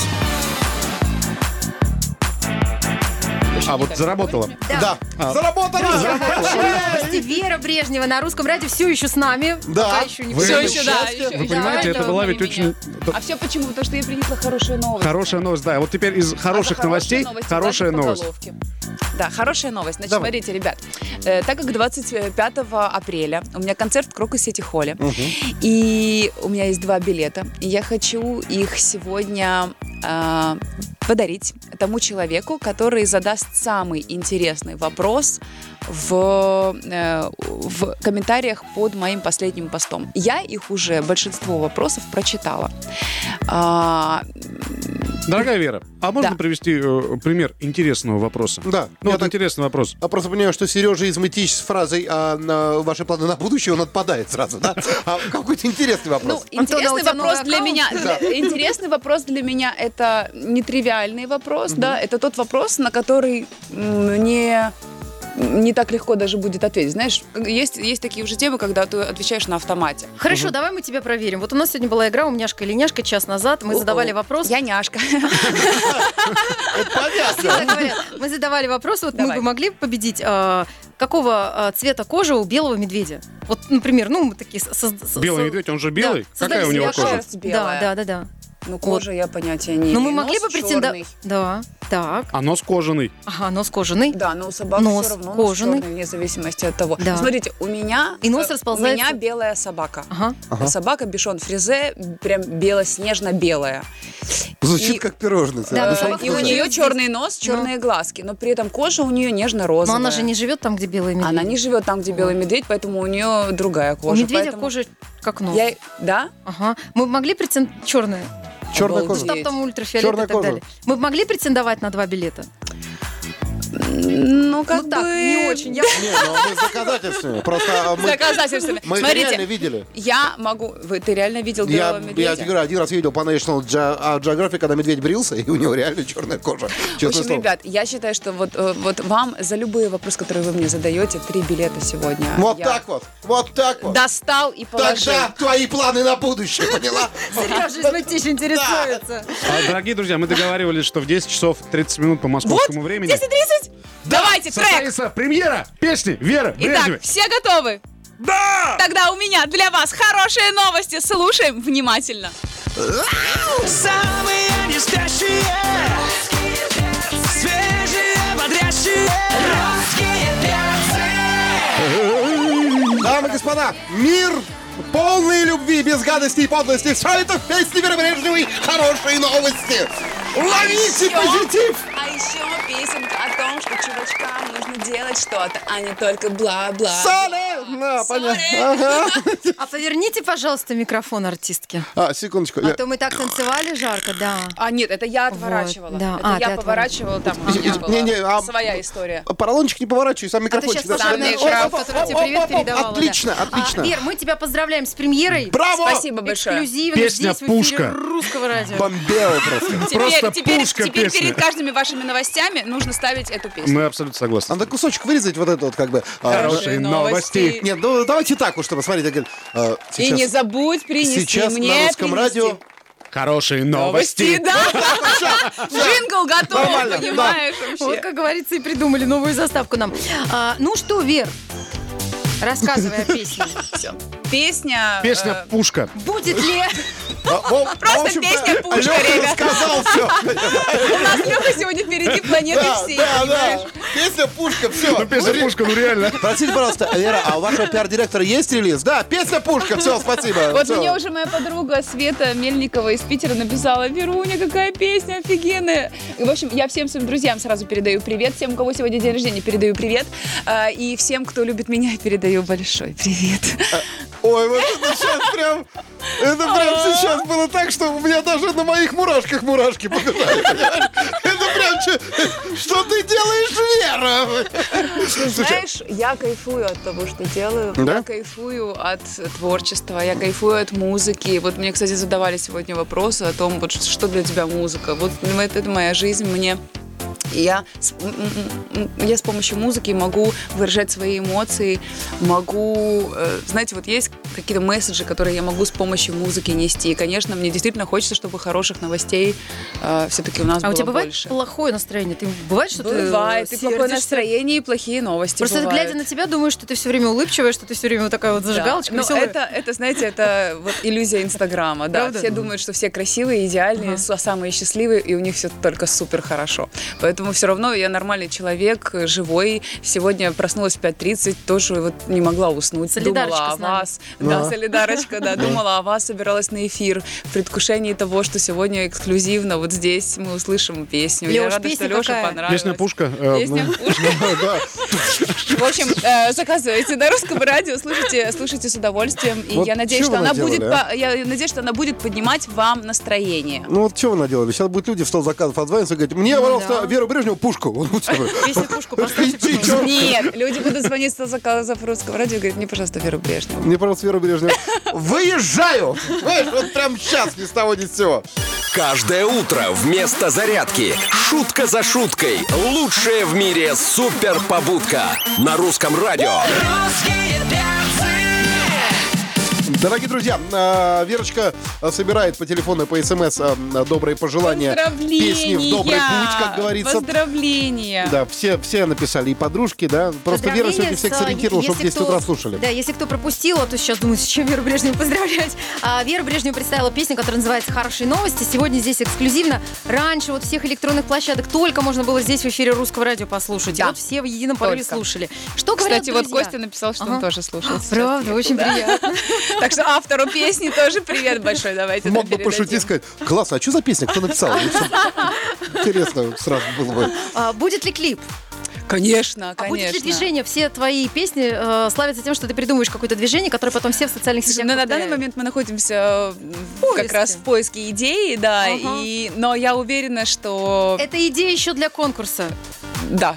А, вот заработала. Да. Заработали! Хорошие новости. Вера Брежнева на русском радио все еще с нами. Да. Пока еще не Вы- Все это еще, да. счастье. еще- Вы еще понимаете, это это была не ведь меня. очень... А все почему? Потому что я принесла хорошие новости. Хорошая новость, да. Вот теперь из хороших А за новостей новости хорошая платят по новость. головке. Да, хорошая новость. Значит, Давай. смотрите, ребят, э, так как двадцать пятого апреля у меня концерт в Крокус Сити Холле, и у меня есть два билета, и я хочу их сегодня э, подарить тому человеку, который задаст самый интересный вопрос в, э, в комментариях под моим последним постом. Я их уже, большинство вопросов прочитала. А, Дорогая Вера, а можно Да. привести э, пример интересного вопроса? Да. Ну, Я вот так- интересный вопрос. А просто понимаю, что Сережа из Мытищ с фразой а, на ваши планы на будущее, он отпадает сразу, да? А какой-то интересный Ну, вопрос. Антон, а интересный у тебя вопрос новый для аккаунт? меня. для- Интересный вопрос для меня это нетривиальный вопрос, да, это тот вопрос, на который м, мне не так легко даже будет ответить. Знаешь, есть, есть такие уже темы, когда ты отвечаешь на автомате. Хорошо, давай мы тебя проверим. Вот у нас сегодня была игра «Умняшка или няшка» час назад. Мы О-о. задавали вопрос. Я няшка. Всегда говорят, мы задавали вопрос, вот мы Давай. бы могли победить, а, какого а, цвета кожи у белого медведя? Вот, например, ну, мы такие... со- со- со- Белый со- медведь, он же белый? Да, Какая создали у него себе кожа? Шерсть белая. Да, да, да, да. Ну, кожа я понятия не Ну, мы имею. могли Нос бы претендовать... черный. Да, так. А нос кожаный. Ага, нос кожаный. Да, но у собак Нос все равно кожаный. нос черный, вне зависимости от того. Да. Смотрите, у меня... И нос э, расползается. У меня белая собака. Ага. Собака бишон фризе, прям белоснежно-белая. Звучит и- как пирожное. Да, Э, собака И у тоже нее живет черный нос, черные глазки, но при этом кожа у нее Но нежно-розовая. она же не живет там, где белый медведь. Она не живет там, где белый медведь, поэтому у нее другая У кожа. медведя поэтому кожа как нос. я- Да? Ага. Мы могли претендовать... Черная. Черная Обалдеть. кожа. Там, там ультрафиолет Черная и так кожа. далее. Мы могли претендовать на два билета? Ну, как Ну так, бы... не очень. Я... Не, ну мы с доказательствами. Просто мы, Доказательствами. мы это Смотрите, реально видели. я могу... Вы, ты реально видел Я, белого медведя? я тебе говорю, один раз видел по National Ge- Geographic, когда медведь брился, и у него реально черная кожа. В Честное общем, слово. ребят, я считаю, что вот, э, вот вам за любые вопросы, которые вы мне задаете, три билета сегодня. Вот я так вот, вот так вот. Достал и положил. Тогда твои планы на будущее, поняла? Сережа из Мытищ интересуется. А, дорогие друзья, мы договорились, что в десять часов тридцать минут по московскому Вот, времени десять тридцать? Давайте, трек! состоится премьера песни Веры Брежневой. Итак, все готовы? Да! Тогда у меня для вас хорошие новости. Слушаем внимательно. Самые не спящие, свежие, бодрящие, русские перцы. Дамы и господа, мир полный любви, без гадости и подлости. Все это в песне Веры Брежневой «Хорошие новости». Ловите А еще- позитив! А еще песенка о том, что чувачкам нужно делать что-то, а не только бла-бла. Соли! Да, понятно. Ага. А поверните, пожалуйста, микрофон артистке. А, секундочку. А я- то мы так танцевали жарко, да. А нет, это я отворачивала. Вот, да. Это А, я ты поворачивала, там у меня была Не-не, а- своя история. Поролончик не поворачивай, сам А ты микрофончик. сейчас да. пожарный пожарный шкаф, шкаф, который тебе привет передавала. да. Отлично, отлично. А, Вер, мы тебя поздравляем с премьерой. Браво! Спасибо большое. Эксклюзивно Песня здесь в эфире «Пушка». Русского радио. Бомбео просто. Теперь, Просто теперь, пушка теперь песня. перед каждыми вашими новостями нужно ставить эту песню. Мы абсолютно согласны. Надо кусочек вырезать вот это вот как бы. а, Хорошие новости. Нет, ну давайте так уж, чтобы смотрите. как, а, И сейчас- не забудь принести Сейчас мне на русском принести. радио. Хорошие Новости, новости. да. Джингл готов, Нормально, понимаешь, Вот, вообще. как говорится, и придумали новую заставку нам. А, ну что, Вер, рассказывай о песне. Всё. Песня... Песня э, «Пушка». Будет ли... А, в- Просто в общем-то, песня «Пушка», Лёха ребята. рассказал все. У нас Лёха сегодня впереди планеты Да, всей, да, понимаешь? да. Песня «Пушка», все. Ну, песня «Пушка», ну реально. Простите, пожалуйста, Вера, а у вашего пиар-директора есть релиз? Да, песня «Пушка», все, спасибо. Вот всё. мне уже моя подруга Света Мельникова из Питера написала: «Веруня, какая песня офигенная!» И, в общем, я всем своим друзьям сразу передаю привет. Всем, у кого сегодня день рождения, передаю привет. А, И всем, кто любит меня, передаю большой привет. Ой, вот это сейчас прям... Это прям сейчас было так, что у меня даже на моих мурашках мурашки побежали. понимаешь? Это прям... че- Что ты делаешь, Вера? Слушай, Знаешь, я кайфую от того, что делаю. Да? Я кайфую от творчества, я кайфую от музыки. Вот мне, кстати, задавали сегодня вопросы о том, вот что для тебя музыка. Вот ну, это, это моя жизнь, мне... И я, с- м- м- м- я с помощью музыки могу выражать свои эмоции, могу, э, знаете, вот есть какие-то месседжи, которые я могу с помощью музыки нести. И, конечно, мне действительно хочется, чтобы хороших новостей э, все-таки у нас А было у тебя бывает больше. плохое настроение? Ты бывает, что Бывает, ты и плохое сердишься? настроение, и плохие новости Просто бывают. глядя на тебя, думаешь, что ты все время улыбчивая, что ты все время вот такая вот зажигалочка. Да. Ну, веселая. это, это, знаете, это вот иллюзия Инстаграма, да. Правда? Все думают, что все красивые, идеальные, Ага. с- самые счастливые, и у них все только супер хорошо. Поэтому все равно я нормальный человек, живой. Сегодня проснулась в пять тридцать, тоже вот не могла уснуть. Солидарочка Думала о с нами. вас. Да, Да. солидарочка, да. Думала о вас, собиралась на эфир в предвкушении того, что сегодня эксклюзивно вот здесь мы услышим песню. Я Лёш, рада, что песня Лёше какая? понравилось. Песня «Пушка». э, Песня ну, «Пушка». да. В общем, э, заказывайте на русском радио, слушайте, слушайте с удовольствием. И Вот я надеюсь, чё что вы она наделали, будет, а? по- я надеюсь, что она будет поднимать вам настроение. Ну вот что вы наделали? Сейчас будут люди в стол заказов отзвонятся и говорить: мне, пожалуйста, да. Веру Брежневу «Пушку». Вот, вот, Песню «Пушку» поставьте, Иди, пожалуйста. чё? Нет, люди будут звонить с заказов русского радио и говорить: мне, пожалуйста, Веру Брежневу. Мне, пожалуйста, Веру Брежневу. Выезжаю! Знаешь, вот прям сейчас, ни с того, ни с сего. Каждое утро вместо зарядки шутка за шуткой. Лучшая в мире суперпобудка на русском радио. Русские перцы. Дорогие друзья, э, Верочка э, собирает по телефону и по СМС э, добрые пожелания. Поздравления! Песни в добрый путь, как говорится. Поздравления! Да, все, все написали, и подружки, да. Просто Вера сегодня Поздравления всех с, сориентировала, чтобы в если десять утра слушали. Да, если кто пропустил, то сейчас думает, с чем Веру Брежневу поздравлять. А, Вера Брежнева представила песню, которая называется «Хорошие новости». Сегодня здесь эксклюзивно. Раньше вот всех электронных площадок только можно было здесь в эфире Русского радио послушать. Да. И вот все в едином порыве Только. слушали. Что говорят Кстати, вот друзья? Костя написал, что Ага. он тоже слушает. сейчас. Правда, очень приятно. Так что автору песни тоже привет большой. Давайте Мог бы передадим. пошутить, сказать: классно, а что за песня, кто написал? Интересно сразу было бы. А, будет ли клип? Конечно, А будет ли конечно. движение? Все твои песни э, славятся тем, что ты придумываешь какое-то движение, которое потом все в социальных Слушай, сетях ну, на данный повторяют. момент мы находимся в- поиске. как раз в поиске идеи, да, Ага. и, но я уверена, что... Это идея еще для конкурса. Да.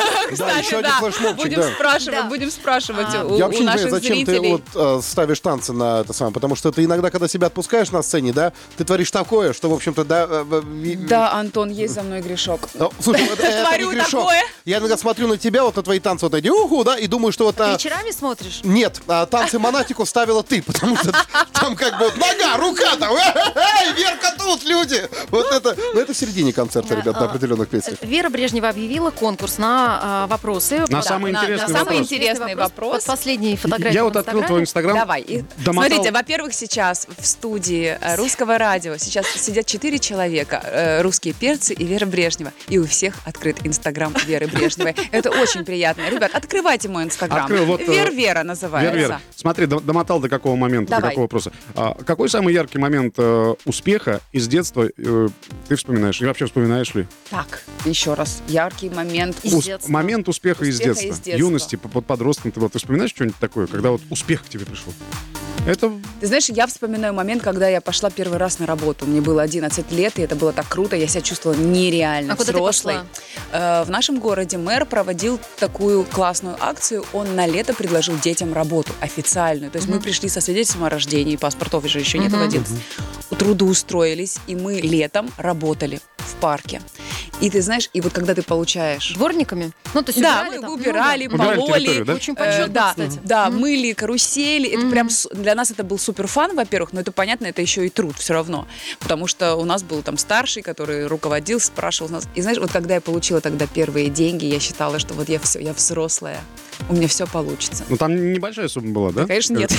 Да, еще один флешмобчик, Будем да. спрашивать, будем спрашивать у Я вообще у не понимаю, наших зачем ты зрителей. вот э, ставишь танцы на это самое, потому что ты иногда, когда себя отпускаешь на сцене, да, ты творишь такое, что, в общем-то, да... э, э, ви- Да, Антон, есть за мной грешок. Ну, слушай, это, это Творю не грешок. такое. Я иногда смотрю на тебя, вот на твои танцы, вот эти уху, да, и думаю, что вот... Ты а, вечерами смотришь? Нет, а, танцы Монатику ставила ты, потому что там как бы нога, рука там, эй, Верка тут, люди! Вот это, ну это в середине концерта, ребят, на определенных песнях. Вера Брежнева объявила конкурс на а, вопросы. На Да, самый на- интересный на самый вопрос. интересный вопрос. Под последней фотографией Я в вот открыл Инстаграме. твой Инстаграм. Давай. И домотал- Смотрите, во-первых, сейчас в студии э, Русского радио сейчас сидят четыре человека. э, Русские перцы и Вера Брежнева. И у всех открыт Инстаграм Веры Брежневой. Это очень приятно. Ребят, открывайте мой Инстаграм. Открыл, вот, э, Вер-Вера называется. Вер, Вер, смотри, до- домотал до какого момента, Давай. до какого вопроса. А, какой самый яркий момент э, успеха из детства э, ты вспоминаешь? И вообще вспоминаешь ли? Так, еще раз. Яркий момент. Из Ус- детства. момент успеха, из, Успеха детства. из детства. Юности, по- под подростком. Ты, вот, ты вспоминаешь что-нибудь такое, когда вот успех к тебе пришел? Это Ты знаешь, я вспоминаю момент, когда я пошла первый раз на работу. Мне было одиннадцать лет, и это было так круто. Я себя чувствовала нереально А куда ты взрослой. Э, В нашем городе мэр проводил такую классную акцию. Он на лето предложил детям работу официальную. То есть мы пришли со свидетельством о рождении, паспортов же еще нет в одиннадцать. Трудоустроились, и мы летом работали в парке. И ты знаешь, и вот когда ты получаешь... Дворниками? Ну, то есть Да, убирали мы там? убирали, Ну, да. Убирали пололи. территорию, да? Очень Э, почетно, да, кстати. да, мыли карусели. Это прям с- для нас это был супер фан, во-первых, но это понятно, это еще и труд все равно, потому что у нас был там старший, который руководил, спрашивал нас. И знаешь, вот когда я получила тогда первые деньги, я считала, что вот я все, я взрослая, у меня все получится. Ну, там небольшая сумма была, да? Конечно, нет.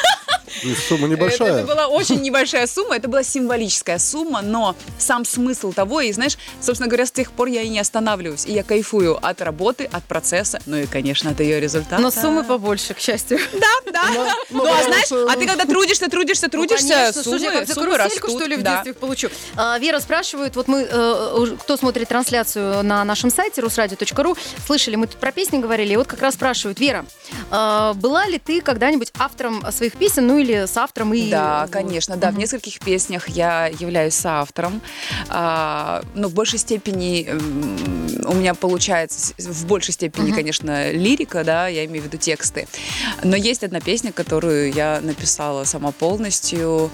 Ну, сумма Это, небольшая. это была очень небольшая сумма, это была символическая сумма, но сам смысл того, и знаешь, собственно говоря, с тех пор я и не останавливаюсь, и я кайфую от работы, от процесса, ну и, конечно, от ее результата. Но суммы побольше, к счастью. Да, да. Ну, а знаешь, а ты когда трудишься, трудишься, трудишься, Ну, конечно, слушай, я суммы, как за суммы карусельку, растут. что ли, в Да. детстве их получу. А, Вера спрашивает, вот мы, э, уж- кто смотрит трансляцию на нашем сайте русрадио точка ру, слышали, мы тут про песни говорили, и вот как раз спрашивают, Вера, э, была ли ты когда-нибудь автором своих песен, ну или с автором и... Да, вот. конечно, да. В нескольких песнях я являюсь соавтором, а, но в большей степени м, у меня получается, с- в большей степени, конечно, лирика, да, я имею в виду тексты. Но есть одна песня, которую я написала сама полностью,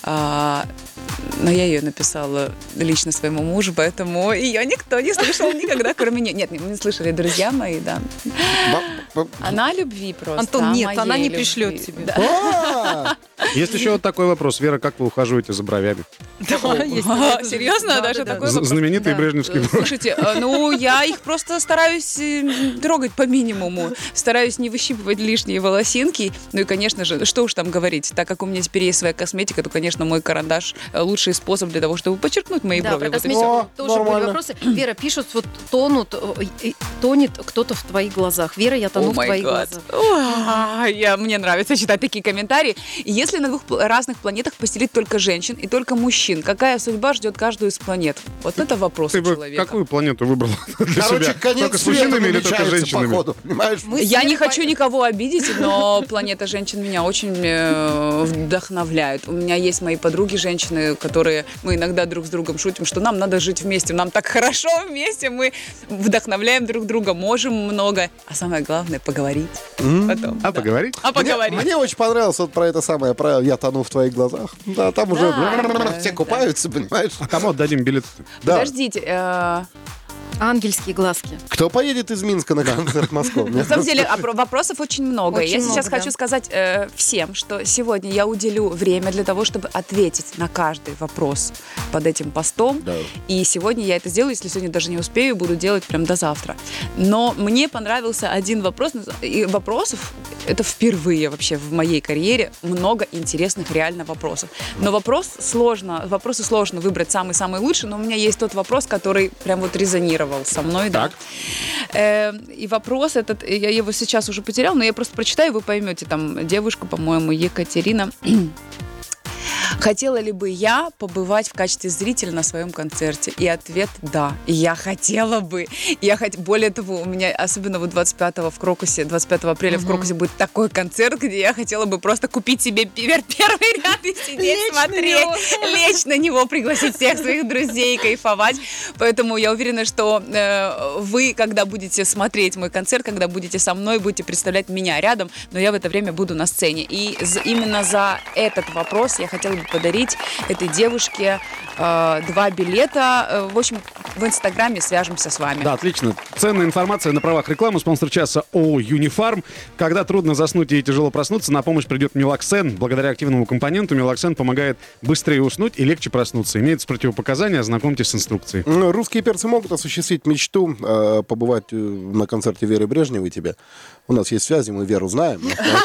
а, но я ее написала лично своему мужу, поэтому ее никто не слышал никогда, кроме нее. Нет, не слышали друзья мои, да. Ба- ба- Она о любви просто. Антон, о нет, моей она не любви. пришлет тебе. Да. А, Есть еще вот такой вопрос. Вера, как вы ухаживаете за бровями? Да, есть А, такое. серьезно? Да, Даже да, да. такой З- вопрос? Знаменитые Да. брежневские брови. Слушайте, э, ну, я их просто стараюсь э, трогать по минимуму. Стараюсь не выщипывать лишние волосинки. Ну и, конечно же, что уж там говорить, так как у меня теперь есть своя косметика, то, конечно, мой карандаш э, лучший способ для того, чтобы подчеркнуть мои Да, брови. про Вот и косметику всё. О, тоже были нормально. вопросы. Вера, пишут, вот тонут, э, э, тонет кто-то в твоих глазах. Вера, я тону О в май твоих гад. глазах. Ой, я, мне нравится читать такие комментарии. И если на двух пл- разных планетах поселить только женщин и только мужчин, какая судьба ждет каждую из планет? Вот это вопрос Ты у бы человека. какую планету выбрала для Короче, себя? конец Только с света мужчинами или только с намечается, женщинами? походу, понимаешь? Мы с Я не Верой хочу по- никого обидеть, но планета женщин меня очень э, вдохновляет. У меня есть мои подруги женщины, которые мы иногда друг с другом шутим, что нам надо жить вместе, нам так хорошо вместе, мы вдохновляем друг друга, можем много, а самое главное поговорить потом. А Да. поговорить? А Мне, поговорить. мне очень понравилось вот про это самое, про «Я тону в твоих глазах». Да, там уже Да, все да. купаются, понимаешь? А кому отдадим билет? Да. Подождите, э, Ангельские глазки. Кто поедет из Минска на концерт в Москву? на самом деле а про- вопросов очень много. Очень Я сейчас много, да. хочу сказать э, всем, что сегодня я уделю время для того, чтобы ответить на каждый вопрос под этим постом. Да. И сегодня я это сделаю, если сегодня даже не успею, буду делать прям до завтра. Но мне понравился один вопрос. И вопросов, это впервые вообще в моей карьере, много интересных реально вопросов. Но вопрос сложно, вопросы сложно выбрать самый-самый лучший, но у меня есть тот вопрос, который прям вот резонировал со мной. Да. Так. Э, и вопрос этот, я его сейчас уже потерял, но я просто прочитаю, вы поймете. Там девушка, по-моему, Екатерина. Хотела ли бы я побывать в качестве зрителя на своем концерте? И ответ – да. Я хотела бы. Я хот... Более того, у меня особенно вот двадцать пятого в Крокусе, двадцать пятого апреля угу. в Крокусе будет такой концерт, где я хотела бы просто купить себе первый ряд и сидеть, лечь смотреть, на лечь на него, пригласить всех своих друзей, кайфовать. Поэтому я уверена, что э, вы, когда будете смотреть мой концерт, когда будете со мной, будете представлять меня рядом, но я в это время буду на сцене. И за, именно за этот вопрос я хотела бы подарить этой девушке э, два билета. Э, в общем, в Инстаграме свяжемся с вами. Да, отлично. Ценная информация на правах рекламы. Спонсор часа ООО «Юнифарм». Когда трудно заснуть и тяжело проснуться, на помощь придет Мелоксен. Благодаря активному компоненту Мелоксен помогает быстрее уснуть и легче проснуться. Имеется противопоказания, ознакомьтесь с инструкцией. Русские перцы могут осуществить мечту э, побывать на концерте Веры Брежневой тебе. У нас есть связи, мы Веру знаем.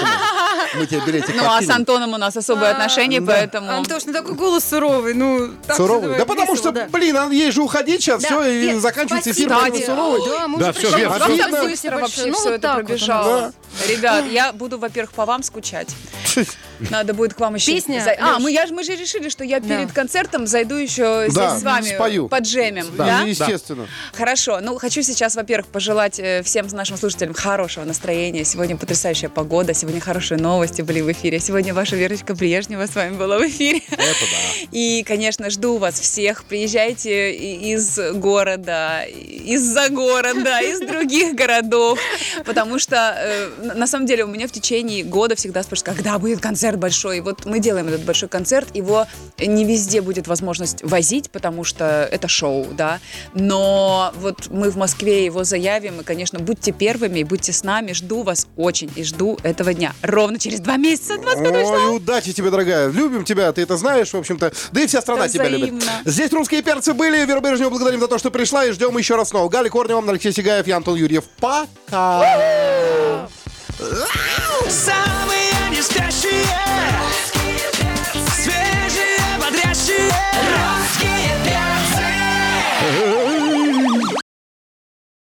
Мы тебе билетик Ну, подкинем. а с Антоном у нас особые отношения, да. поэтому... Антош, ну такой голос суровый, ну... так Суровый? всё Да потому весело, что, да. блин, надо ей же уходить сейчас, Да, все, и Вер, заканчивается эфир, спасибо поэтому тебе. суровый. Да, мы Да, уже всё, прощаемся. Вер, Вам всё. так Обидно. быстро Большое. вообще Ну, все вот это так вот пробежало. оно. Ребят, я буду, во-первых, по вам скучать. Надо будет к вам еще... Песня, зай- А, Лёш? мы, я, ж- мы же решили, что я перед Да. концертом зайду еще здесь Да, с вами, спою. поджемим. Да, Да? естественно. Хорошо. Ну, хочу сейчас, во-первых, пожелать э, всем нашим слушателям хорошего настроения. Сегодня потрясающая погода, сегодня хорошие новости были в эфире. Сегодня ваша Верочка Брежнева с вами была в эфире. Это да. И, конечно, жду вас всех. Приезжайте и- из города, из-за города, из других городов. Потому что, э, на на самом деле, у меня в течение года всегда спрашивают, когда будет концерт большой. И вот мы делаем этот большой концерт. Его не везде будет возможность возить, потому что это шоу, да. Но вот мы в Москве его заявим. И, конечно, будьте первыми, и будьте с нами. Жду вас очень и жду этого дня. Ровно через два месяца, двадцать пятого числа. Ой, удачи тебе, дорогая. Любим тебя, ты это знаешь, в общем-то. Да и вся страна Да тебя любит. взаимно. Здесь русские перцы были. Веру Брежневу благодарим за то, что пришла. И ждем еще раз снова. Галя Корнева, Алексей Сигаев, я Антон Юрьев. Пока. Самые не спящие.